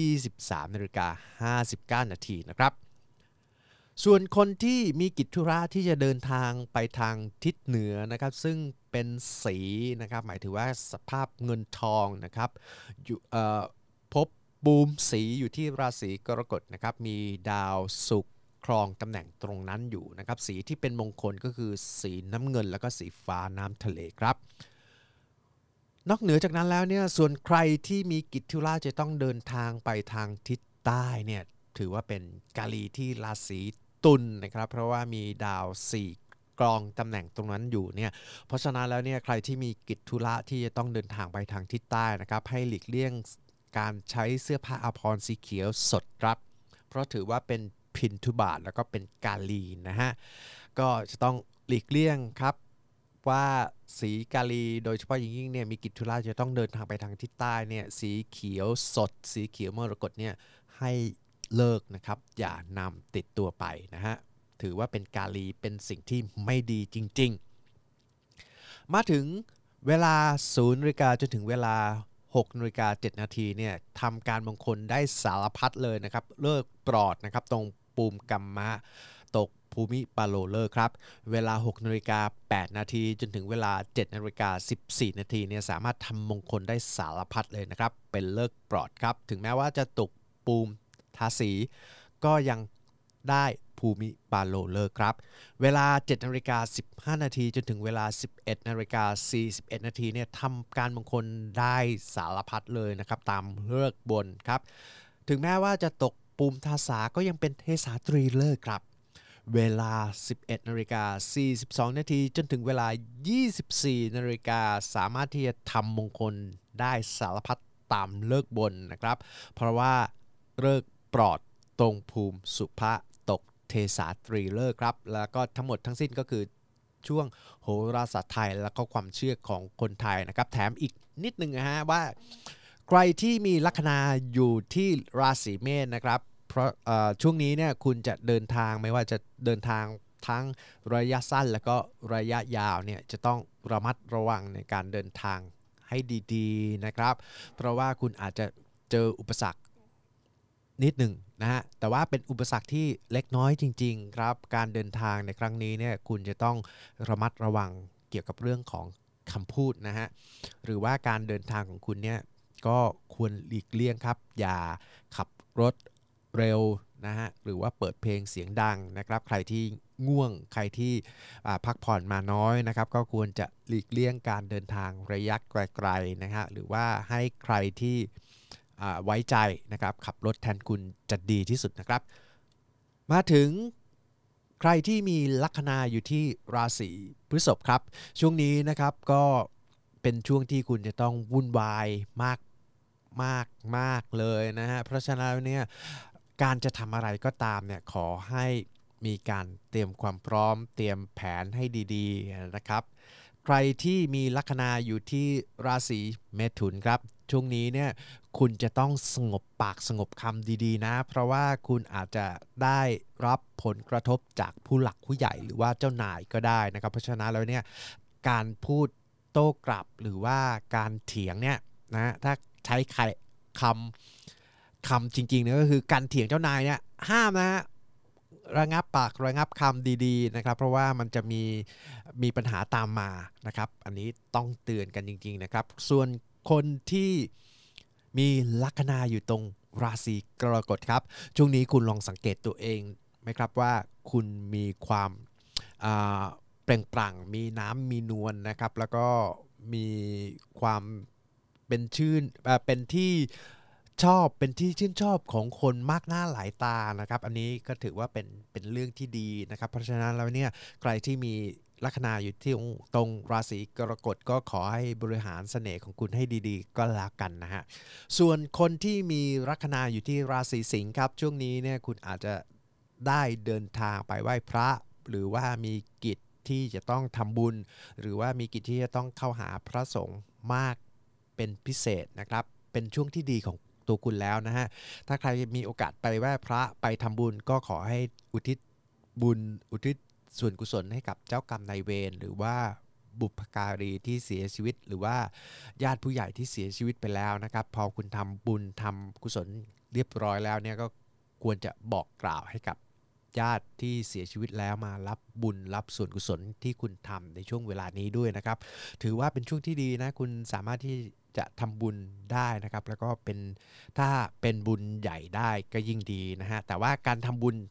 23:59 นาทีนะครับส่วนคนที่มีกิจธุระที่จะเดินทางไปทางทิศเหนือนะครับซึ่งเป็นสีนะครับหมายถึงว่าสภาพเงินทองนะครับพบบูมสีอยู่ที่ราศีกรกฎนะครับมีดาวศุกร์ครองตำแหน่งตรงนั้นอยู่นะครับสีที่เป็นมงคลก็คือสีน้ำเงินแล้วก็สีฟ้าน้ำทะเลครับนอกเหนือจากนั้นแล้วเนี่ยส่วนใครที่มีกิจธุระจะต้องเดินทางไปทางทิศใต้เนี่ยถือว่าเป็นกาลีที่ราศีตุลนะครับเพราะว่ามีดาว4กรองตำแหน่งตรงนั้นอยู่เนี่ยเพราะฉะนั้นแล้วเนี่ยใครที่มีกิจธุระที่จะต้องเดินทางไปทางทิศใต้นะครับให้หลีกเลี่ยงการใช้เสื้อผ้าอาภรณ์สีเขียวสดครับเพราะถือว่าเป็นพินทุบาทแล้วก็เป็นกาลีนะฮะก็จะต้องหลีกเลี่ยงครับว่าสีกาลีโดยเฉพาะอย่างยิ่งเนี่ยมีกิจธุระจะต้องเดินทางไปทางทิศใต้เนี่ยสีเขียวสดสีเขียวมรกตเนี่ยให้เลิกนะครับอย่านำติดตัวไปนะฮะถือว่าเป็นกาลีเป็นสิ่งที่ไม่ดีจริงๆมาถึงเวลา0 นาฬิกาจนถึงเวลา6 นาฬิกา 7 นาทีเนี่ยทำการมงคลได้สารพัดเลยนะครับเลิกปลอดนะครับตรงปูมกัมมะตกภูมิปาโลเลิกครับเวลา6 นาฬิกา 8 นาทีจนถึงเวลา7 นาฬิกา 14 นาทีเนี่ยสามารถทำมงคลได้สารพัดเลยนะครับเป็นเลิกปลอดครับถึงแม้ว่าจะตกปูมทาสีก็ยังได้ภูมิปาโลเลิกครับเวลา7 นาฬิกา 15 นาทีจนถึงเวลา11 นาฬิกา 41 นาทีเนี่ยทำการมงคลได้สารพัดเลยนะครับตามเลิกบนครับถึงแม้ว่าจะตกปูมทาสาก็ยังเป็นเทสาตรีเลิกครับเวลา11 นาฬิกา 42 นาทีจนถึงเวลา24 นาฬิกาสามารถที่จะทำมงคลได้สารพัดตามเลิกบนนะครับเพราะว่าเลิกปลอดตรงภูมิสุภะตกเทสาตรีเลิกครับแล้วก็ทั้งหมดทั้งสิ้นก็คือช่วงโหราศาสตร์ไทยแล้วก็ความเชื่อของคนไทยนะครับแถมอีกนิดนึงนะฮะว่าใครที่มีลัคนาอยู่ที่ราศีเมษนะครับเพราะช่วงนี้เนี่ยคุณจะเดินทางไม่ว่าจะเดินทางทั้งระยะสั้นแล้วก็ระยะยาวเนี่ยจะต้องระมัดระวังในการเดินทางให้ดีๆนะครับเพราะว่าคุณอาจจะเจออุปสรรคนิดหนึ่งนะฮะแต่ว่าเป็นอุปสรรคที่เล็กน้อยจริงๆครับการเดินทางในครั้งนี้เนี่ยคุณจะต้องระมัดระวังเกี่ยวกับเรื่องของคำพูดนะฮะหรือว่าการเดินทางของคุณเนี่ยก็ควรหลีกเลี่ยงครับอย่าขับรถเร็วนะฮะหรือว่าเปิดเพลงเสียงดังนะครับใครที่ง่วงใครที่พักผ่อนมาน้อยนะครับก็ควรจะหลีกเลี่ยงการเดินทางระยะไกลๆนะฮะหรือว่าให้ใครที่ไว้ใจนะครับขับรถแทนคุณจะดีที่สุดนะครับมาถึงใครที่มีลัคนาอยู่ที่ราศีพฤษภครับช่วงนี้นะครับก็เป็นช่วงที่คุณจะต้องวุ่นวายมากมากมากเลยนะฮะเพราะฉะนั้นเนี่ยการจะทำอะไรก็ตามเนี่ยขอให้มีการเตรียมความพร้อมเตรียมแผนให้ดีๆนะครับใครที่มีลัคนาอยู่ที่ราศีเมถุนครับช่วงนี้เนี่ยคุณจะต้องสงบปากสงบคำดีๆนะเพราะว่าคุณอาจจะได้รับผลกระทบจากผู้หลักผู้ใหญ่หรือว่าเจ้านายก็ได้นะครับเพราะฉะนั้นแล้วเนี่ยการพูดโต้กลับหรือว่าการเถียงเนี่ยนะถ้าใช้คำจริงๆเนี่ยก็คือการเถียงเจ้านายเนี่ยห้ามนะระงับปากระงับคำดีๆนะครับเพราะว่ามันจะมีปัญหาตามมานะครับอันนี้ต้องเตือนกันจริงๆนะครับส่วนคนที่มีลัคนาอยู่ตรงราศีกรกฎครับช่วงนี้คุณลองสังเกตตัวเองไหมครับว่าคุณมีความเปล่งปลั่งมีน้ำมีนวลนะครับแล้วก็มีความเป็นที่ชอบเป็นที่ชื่นชอบของคนมากหน้าหลายตานะครับอันนี้ก็ถือว่าเป็นเรื่องที่ดีนะครับเพราะฉะนั้นแล้วเนี่ยใครที่มีลัคนาอยู่ที่ตรงราศีกรกฎก็ขอให้บริหารเสน่ห์ของคุณให้ดีๆก็แล้วกันนะฮะส่วนคนที่มีลัคนาอยู่ที่ราศีสิงห์ครับช่วงนี้เนี่ยคุณอาจจะได้เดินทางไปไหว้พระหรือว่ามีกิจที่จะต้องทำบุญหรือว่ามีกิจที่จะต้องเข้าหาพระสงฆ์มากเป็นพิเศษนะครับเป็นช่วงที่ดีของตัวคุณแล้วนะฮะถ้าใครมีโอกาสไปไหว้พระไปทำบุญก็ขอให้อุทิศบุญอุทิศส่วนกุศลให้กับเจ้ากรรมนายเวรหรือว่าบุพการีที่เสียชีวิตหรือว่าญาติผู้ใหญ่ที่เสียชีวิตไปแล้วนะครับพอคุณทำบุญทำกุศลเรียบร้อยแล้วเนี่ยก็ควรจะบอกกล่าวให้กับญาติที่เสียชีวิตแล้วมารับบุญรับส่วนกุศลที่คุณทำในช่วงเวลานี้ด้วยนะครับถือว่าเป็นช่วงที่ดีนะคุณสามารถที่จะทำบุญได้นะครับแล้วก็ถ้าเป็นบุญใหญ่ได้ก็ยิ่งดีนะฮะแต่ว่าการทำบุญถ้า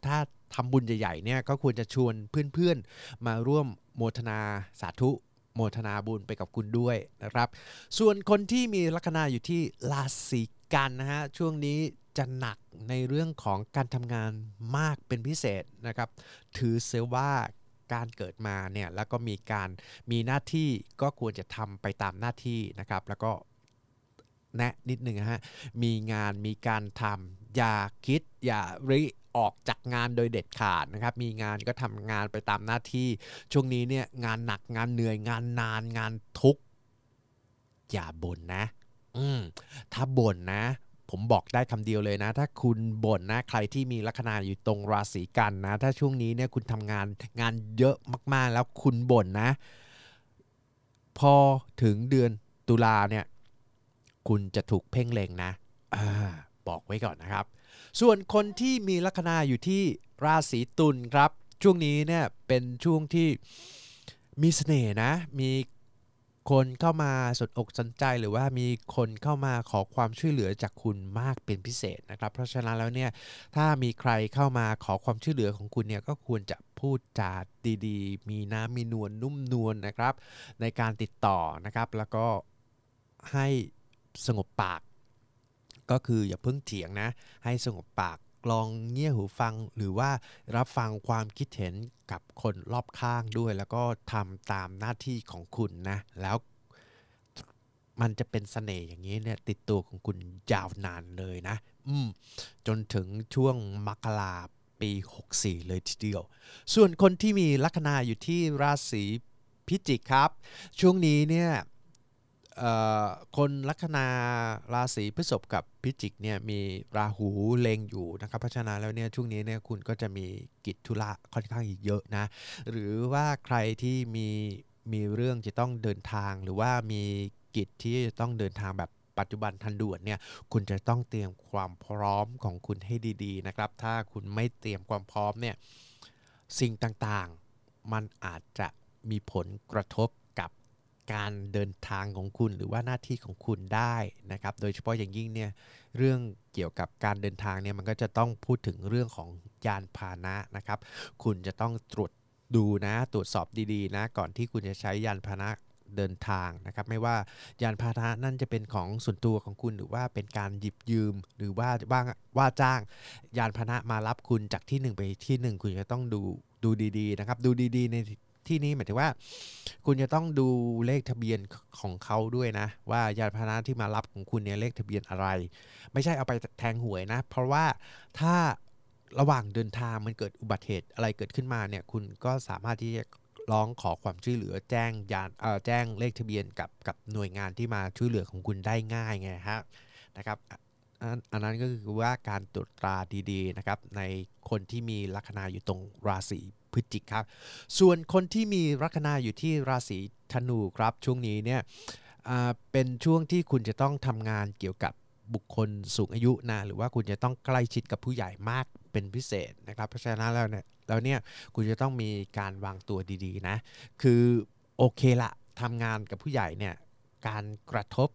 ทำบุญใหญ่ๆเนี่ยก็ควรจะชวนเพื่อนๆมาร่วมโมทนาสาธุโมทนาบุญไปกับคุณด้วยนะครับส่วนคนที่มีลัคนาอยู่ที่ราศีกันนะฮะช่วงนี้จะหนักในเรื่องของการทำงานมากเป็นพิเศษนะครับถือเสียว่าการเกิดมาเนี่ยแล้วก็มีหน้าที่ก็ควรจะทำไปตามหน้าที่นะครับแล้วก็แนะนิดนึงฮะมีงานมีการทำอย่าคิดอย่าริออกจากงานโดยเด็ดขาดนะครับมีงานก็ทำงานไปตามหน้าที่ช่วงนี้เนี่ยงานหนักงานเหนื่อยงานนานงานทุกข์อย่าบ่นนะถ้าบ่นนะผมบอกได้คำเดียวเลยนะถ้าคุณบ่นนะใครที่มีลัคนาอยู่ตรงราศีกันนะถ้าช่วงนี้เนี่ยคุณทำงานเยอะมากๆแล้วคุณบ่นนะพอถึงเดือนตุลาเนี่ยคุณจะถูกเพ่งเล็งนะบอกไว้ก่อนนะครับส่วนคนที่มีลัคนาอยู่ที่ราศีตุลครับช่วงนี้เนี่ยเป็นช่วงที่มีเสน่ห์นะมีคนเข้ามาสนอกสนใจหรือว่ามีคนเข้ามาขอความช่วยเหลือจากคุณมากเป็นพิเศษนะครับเพราะฉะนั้นแล้วเนี่ยถ้ามีใครเข้ามาขอความช่วยเหลือของคุณเนี่ยก็ควรจะพูดจาดีๆมีน้ำมีนวลนุ่มนวลนะครับในการติดต่อนะครับแล้วก็ให้สงบปากก็คืออย่าเพิ่งเถียงนะให้สงบปากลองเงี่ยหูฟังหรือว่ารับฟังความคิดเห็นกับคนรอบข้างด้วยแล้วก็ทำตามหน้าที่ของคุณนะแล้วมันจะเป็นเสน่ห์อย่างนี้เนี่ยติดตัวของคุณยาวนานเลยนะจนถึงช่วงมกราปี64เลยทีเดียวส่วนคนที่มีลัคนาอยู่ที่ราศีพิจิกครับช่วงนี้เนี่ยคนลัคนาราศีพฤษภกับพิจิกเนี่ยมีราหูเล็งอยู่นะครับเพราะฉะนั้นแล้วเนี่ยช่วงนี้เนี่ยคุณก็จะมีกิจธุระค่อนข้างเยอะนะหรือว่าใครที่มีเรื่องจะต้องเดินทางหรือว่ามีกิจที่จะต้องเดินทางแบบปัจจุบันทันด่วนเนี่ยคุณจะต้องเตรียมความพร้อมของคุณให้ดีๆนะครับถ้าคุณไม่เตรียมความพร้อมเนี่ยสิ่งต่างๆมันอาจจะมีผลกระทบกับการเดินทางของคุณหรือว่าหน้าที่ของคุณได้นะครับโดยเฉพาะอย่างยิ่งเนี่ยเรื่องเกี่ยวกับการเดินทางเนี่ยมันก็จะต้องพูดถึงเรื่องของยานพาหนะนะครับคุณจะต้องตรวจดูนะตรวจสอบดีๆนะก่อนที่คุณจะใช้ยานพาหนะเดินทางนะครับไม่ว่ายานพาหนะนั่นจะเป็นของส่วนตัวของคุณหรือว่าเป็นการหยิบยืมหรือว่าจ้างยานพาหนะมารับคุณจากที่หนึ่งไปที่หนึ่งคุณจะต้องดูดีๆนะครับดูดีๆในที่นี้หมายถึงว่าคุณจะต้องดูเลขทะเบียนของเขาด้วยนะว่ายานพาหนะที่มารับของคุณเนี่ยเลขทะเบียนอะไรไม่ใช่เอาไปแทงหวยนะเพราะว่าถ้าระหว่างเดินทางมันเกิดอุบัติเหตุอะไรเกิดขึ้นมาเนี่ยคุณก็สามารถที่จะร้องขอความช่วยเหลือแจ้งเลขทะเบียนกับหน่วยงานที่มาช่วยเหลือของคุณได้ง่ายไงฮะนะครับอันนั้นก็คือว่าการตรวจตราดีๆนะครับในคนที่มีลัคนาอยู่ตรงราศีพฤศจิกครับส่วนคนที่มีลัคนาอยู่ที่ราศีธนูครับช่วงนี้เนี่ยเป็นช่วงที่คุณจะต้องทำงานเกี่ยวกับบุคคลสูงอายุนะหรือว่าคุณจะต้องใกล้ชิดกับผู้ใหญ่มากเป็นพิเศษนะครับเพราะฉะนั้นแล้วเนี่ยคุณจะต้องมีการวางตัวดีๆนะคือโอเคละทำงานกับผู้ใหญ่เนี่ยการกระทบ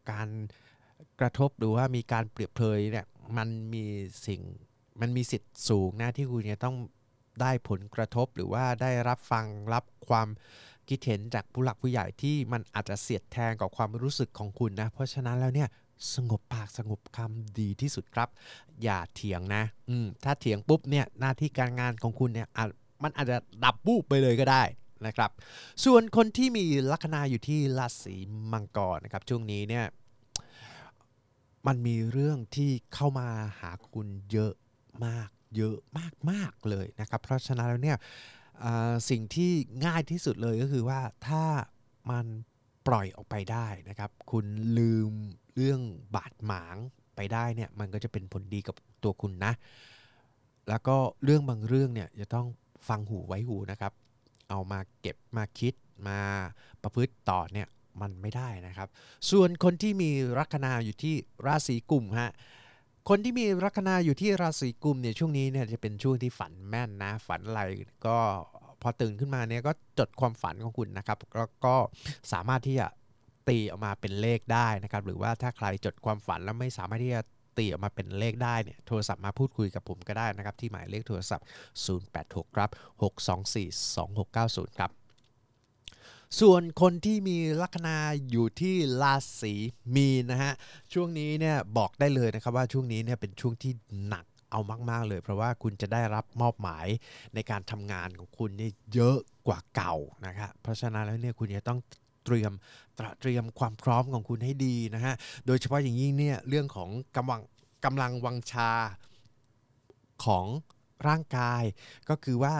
หรือว่ามีการเปรียบเปรยเนี่ยมันมีสิทธิ์สูงนะที่คุณจะต้องได้ผลกระทบหรือว่าได้รับความคิดเห็นจากผู้หลักผู้ใหญ่ที่มันอาจจะเสียดแทงกับความรู้สึกของคุณนะเพราะฉะนั้นแล้วเนี่ยสงบปากสงบคำดีที่สุดครับอย่าเถียงนะถ้าเถียงปุ๊บเนี่ยหน้าที่การงานของคุณเนี่ยมันอาจจะดับบูบไปเลยก็ได้นะครับส่วนคนที่มีลัคนาอยู่ที่ราศีมังกรนะครับช่วงนี้เนี่ยมันมีเรื่องที่เข้ามาหาคุณเยอะมากเลยนะครับเพราะฉะนั้นแล้วเนี่ยสิ่งที่ง่ายที่สุดเลยก็คือว่าถ้ามันปล่อยออกไปได้นะครับคุณลืมเรื่องบาดหมางไปได้เนี่ยมันก็จะเป็นผลดีกับตัวคุณนะแล้วก็เรื่องบางเรื่องเนี่ยจะต้องฟังหูไว้หูนะครับเอามาเก็บมาคิดมาประพฤติต่อเนี่ยมันไม่ได้นะครับส่วนคนที่มีลัคนาอยู่ที่ราศีกุมฮะคนที่มีลัคนาอยู่ที่ราศีกุมเนี่ยช่วงนี้เนี่ยจะเป็นช่วงที่ฝันแม่นนะฝันอะไรก็พอตื่นขึ้นมาเนี่ยก็จดความฝันของคุณนะครับแล้วก็สามารถที่จะตีออกมาเป็นเลขได้นะครับหรือว่าถ้าใครจดความฝันแล้วไม่สามารถที่จะตีออกมาเป็นเลขได้เนี่ยโทรศัพท์มาพูดคุยกับผมก็ได้นะครับที่หมายเลขโทรศัพท์086ครับ6242690ครับส่วนคนที่มีลัคนาอยู่ที่ราศีมีนนะฮะช่วงนี้เนี่ยบอกได้เลยนะครับว่าช่วงนี้เนี่ยเป็นช่วงที่หนักเอามากๆเลยเพราะว่าคุณจะได้รับมอบหมายในการทำงานของคุณนี่เยอะกว่าเก่านะครับเพราะฉะนั้นแล้วเนี่ยคุณจะต้องเตรียมความพร้อมของคุณให้ดีนะฮะโดยเฉพาะอย่างยิ่งเนี่ยเรื่องของกำลังวังชาของร่างกายก็คือว่า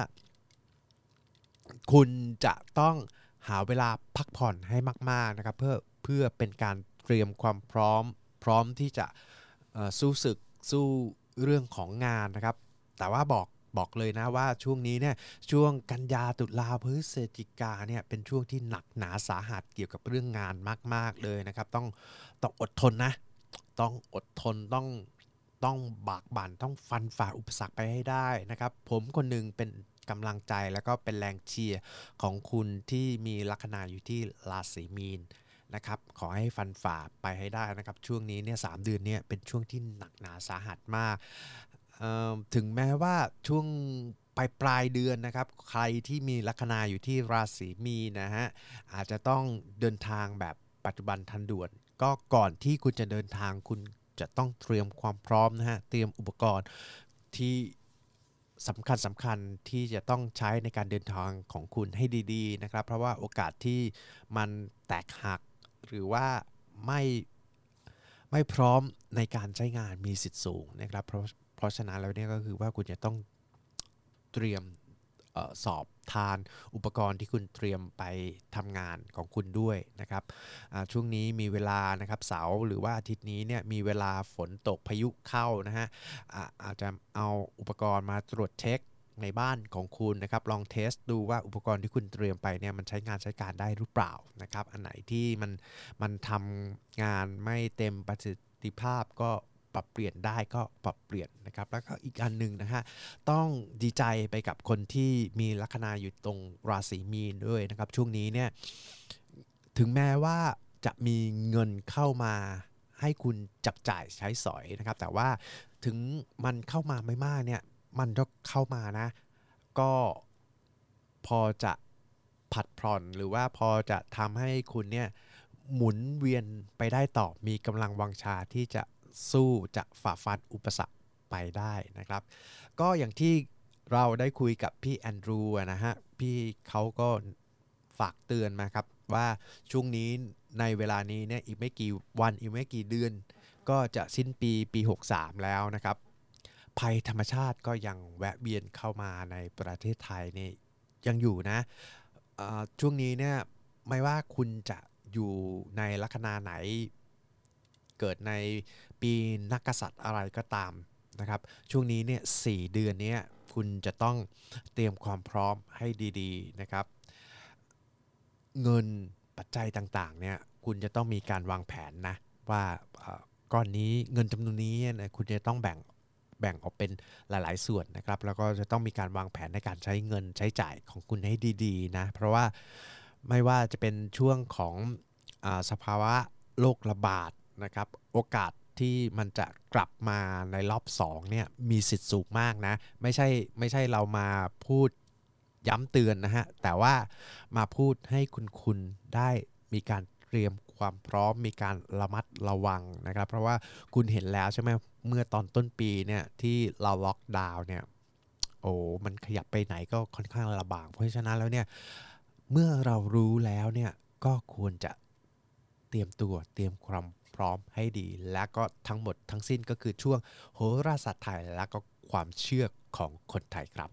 คุณจะต้องหาเวลาพักผ่อนให้มากๆนะครับเพื่อเป็นการเตรียมความพร้อมที่จะสู้ศึกสู้เรื่องของงานนะครับแต่ว่าบอกเลยนะว่าช่วงนี้เนี่ยช่วงกันยาตุลาพฤศจิกาเนี่ยเป็นช่วงที่หนักหนาสาหัสเกี่ยวกับเรื่องงานมากๆเลยนะครับต้องอดทนนะต้องอดทนต้องบากบั่นต้องฟันฝ่าอุปสรรคไปให้ได้นะครับผมคนหนึ่งเป็นกำลังใจแล้วก็เป็นแรงเชียร์ของคุณที่มีลัคนาอยู่ที่ราศีมีนนะครับขอให้ฟันฝ่าไปให้ได้นะครับช่วงนี้เนี่ย3 เดือนเนี่ยเป็นช่วงที่หนักหนาสาหัสมากถึงแม้ว่าช่วงปลายเดือนนะครับใครที่มีลัคนาอยู่ที่ราศีมีนนะฮะอาจจะต้องเดินทางแบบปัจจุบันทันด่วนก็ก่อนที่คุณจะเดินทางคุณจะต้องเตรียมความพร้อมนะฮะเตรียมอุปกรณ์ที่สำคัญที่จะต้องใช้ในการเดินทางของคุณให้ดีๆนะครับเพราะว่าโอกาสที่มันแตกหักหรือว่าไม่ไม่พร้อมในการใช้งานมีสิทธิ์สูงนะครับเพราะฉะนั้นแล้วเนี่ยก็คือว่าคุณจะต้องเตรียมสอบทานอุปกรณ์ที่คุณเตรียมไปทำงานของคุณด้วยนะครับช่วงนี้มีเวลานะครับเสาร์หรือว่าอาทิตย์นี้เนี่ยมีเวลาฝนตกพายุเข้านะฮะอาจจะเอาอุปกรณ์มาตรวจเช็คในบ้านของคุณนะครับลองเทสดูว่าอุปกรณ์ที่คุณเตรียมไปเนี่ยมันใช้งานใช้การได้หรือเปล่านะครับอันไหนที่มันทำงานไม่เต็มประสิทธิภาพก็ปรับเปลี่ยนได้ก็ปรับเปลี่ยนนะครับแล้วก็อีกอันหนึ่งนะฮะต้องดีใจไปกับคนที่มีลัคนาอยู่ตรงราศีมีนด้วยนะครับช่วงนี้เนี่ยถึงแม้ว่าจะมีเงินเข้ามาให้คุณจับจ่ายใช้สอยนะครับแต่ว่าถึงมันเข้ามาไม่มากเนี่ยมันก็เข้ามานะก็พอจะผัดผ่อนหรือว่าพอจะทำให้คุณเนี่ยหมุนเวียนไปได้ต่อมีกำลังวังชาที่จะสู้จะฝ่าฟันอุปสรรคไปได้นะครับก็อย่างที่เราได้คุยกับพี่แอนดรูนะฮะพี่เขาก็ฝากเตือนมาครับว่าช่วงนี้ในเวลานี้เนี่ยอีกไม่กี่วันอีกไม่กี่เดือนก็จะสิ้นปี63แล้วนะครับภัยธรรมชาติก็ยังแวะเวียนเข้ามาในประเทศไทยนี่ยังอยู่นะช่วงนี้เนี่ยไม่ว่าคุณจะอยู่ในลัคนาไหนเกิดในปีนักกษัตริย์อะไรก็ตามนะครับช่วงนี้เนี่ย4 เดือนเนี้ยคุณจะต้องเตรียมความพร้อมให้ดีๆนะครับเงินปัจจัยต่างๆเนี่ยคุณจะต้องมีการวางแผนนะว่าก้อนนี้เงินจำนวนนี้นะคุณจะต้องแบ่งออกเป็นหลายๆส่วนนะครับแล้วก็จะต้องมีการวางแผนในการใช้เงินใช้จ่ายของคุณให้ดีๆนะเพราะว่าไม่ว่าจะเป็นช่วงของสภาวะโรคระบาดนะครับโอกาสที่มันจะกลับมาในรอบ2เนี่ยมีสิทธิ์สูงมากนะไม่ใช่เรามาพูดย้ำเตือนนะฮะแต่ว่ามาพูดให้คุณได้มีการเตรียมความพร้อมมีการระมัดระวังนะครับเพราะว่าคุณเห็นแล้วใช่ไหมเมื่อตอนต้นปีเนี่ยที่เราล็อกดาวน์เนี่ยโอ้มันขยับไปไหนก็ค่อนข้างลำบากเพราะฉะนั้นแล้วเนี่ยเมื่อเรารู้แล้วเนี่ยก็ควรจะเตรียมตัวเตรียมความพร้อมให้ดีและก็ทั้งหมดทั้งสิ้นก็คือช่วงโหราศาสตร์ไทยและก็ความเชื่อของคนไทยครับ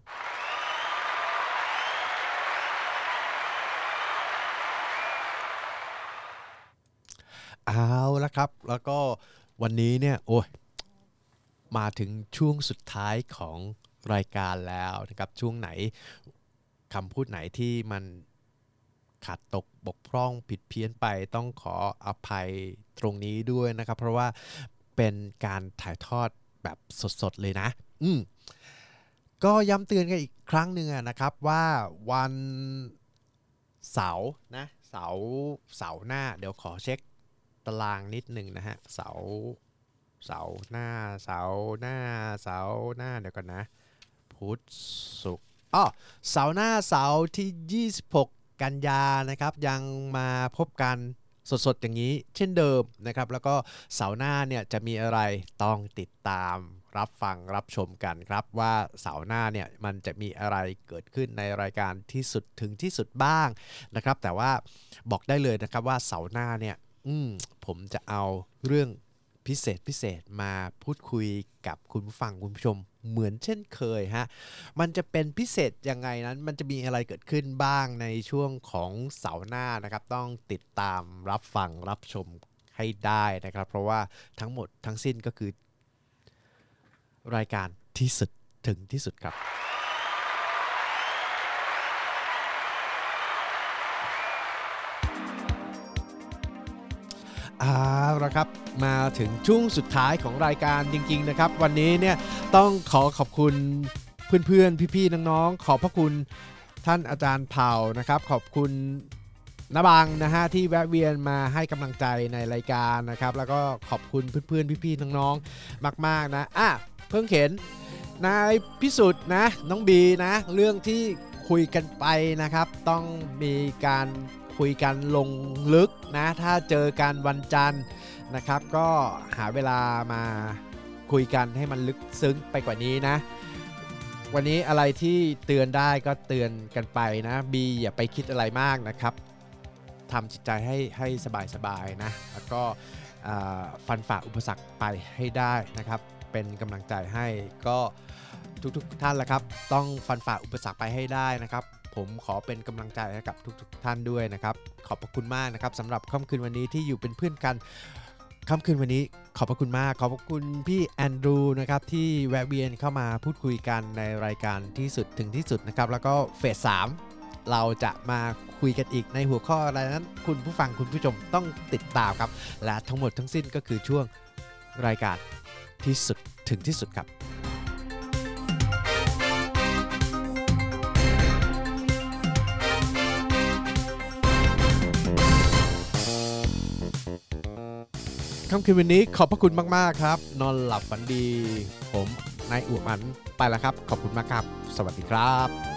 เอาละครับแล้วก็วันนี้เนี่ยโอ้ยมาถึงช่วงสุดท้ายของรายการแล้วนะครับช่วงไหนคำพูดไหนที่มันขาดตกบกพร่องผิดเพี้ยนไปต้องขออภัยตรงนี้ด้วยนะครับเพราะว่าเป็นการถ่ายทอดแบบสดๆเลยนะก็ย้ำเตือนกันอีกครั้งหนึ่งนะครับว่าวันเสาร์นะเสาร์หน้าเดี๋ยวขอเช็คตารางนิดหนึ่งนะฮะเสาร์เสาร์หน้าเสาร์หน้าเสาร์หน้าเดี๋ยวก่อนนะพุธศุกร์เสาร์หน้าเสาร์ที่26กันยานะครับยังมาพบกันสดๆอย่างนี้เช่นเดิมนะครับแล้วก็เสาร์หน้าเนี่ยจะมีอะไรต้องติดตามรับฟังรับชมกันครับว่าเสาร์หน้าเนี่ยมันจะมีอะไรเกิดขึ้นในรายการที่สุดถึงที่สุดบ้างนะครับแต่ว่าบอกได้เลยนะครับว่าเสาร์หน้าเนี่ยผมจะเอาเรื่องพิเศษมาพูดคุยกับคุณผู้ฟังคุณผู้ชมเหมือนเช่นเคยฮะมันจะเป็นพิเศษยังไงนั้นมันจะมีอะไรเกิดขึ้นบ้างในช่วงของเสาร์หน้านะครับต้องติดตามรับฟังรับชมให้ได้นะครับเพราะว่าทั้งหมดทั้งสิ้นก็คือรายการที่สุดถึงที่สุดครับละครับมาถึงช่วงสุดท้ายของรายการจริงๆนะครับวันนี้เนี่ยต้องขอบคุณเพื่อนๆพี่ๆน้องๆขอบพระคุณท่านอาจารย์เผ่านะครับขอบคุณณบังนะฮะที่แวะเวียนมาให้กำลังใจในรายการนะครับแล้วก็ขอบคุณเพื่อนๆพี่ๆน้องๆมากๆนะเพิ่งเห็นนายพิสุทธิ์นะน้องบีนะเรื่องที่คุยกันไปนะครับต้องมีการคุยกันลงลึกนะถ้าเจอกันวันจันทร์นะครับก็หาเวลามาคุยกันให้มันลึกซึ้งไปกว่านี้นะวันนี้อะไรที่เตือนได้ก็เตือนกันไปนะบีอย่าไปคิดอะไรมากนะครับทำจิตใจให้สบายๆนะแล้วก็ฟันฝ่าอุปสรรคไปให้ได้นะครับเป็นกำลังใจให้ก็ทุกท่านแหละครับต้องฟันฝ่าอุปสรรคไปให้ได้นะครับผมขอเป็นกำลังใจให้กับทุกท่านด้วยนะครับขอบพระคุณมากนะครับสำหรับค่ำคืนวันนี้ที่อยู่เป็นเพื่อนกันค่ำคืนวันนี้ขอบพระคุณมากขอบพระคุณพี่แอนดรูนะครับที่แวะเวียนเข้ามาพูดคุยกันในรายการที่สุดถึงที่สุดนะครับแล้วก็เฟส 3เราจะมาคุยกันอีกในหัวข้ออะไรนั้นคุณผู้ฟังคุณผู้ชมต้องติดตามครับและทั้งหมดทั้งสิ้นก็คือช่วงรายการที่สุดถึงที่สุดครับค่ำคืนวันนี้ขอบพระคุณมากๆครับนอนหลับฝันดีผมนายอั่วมันไปแล้วครับขอบคุณมากครับสวัสดีครับ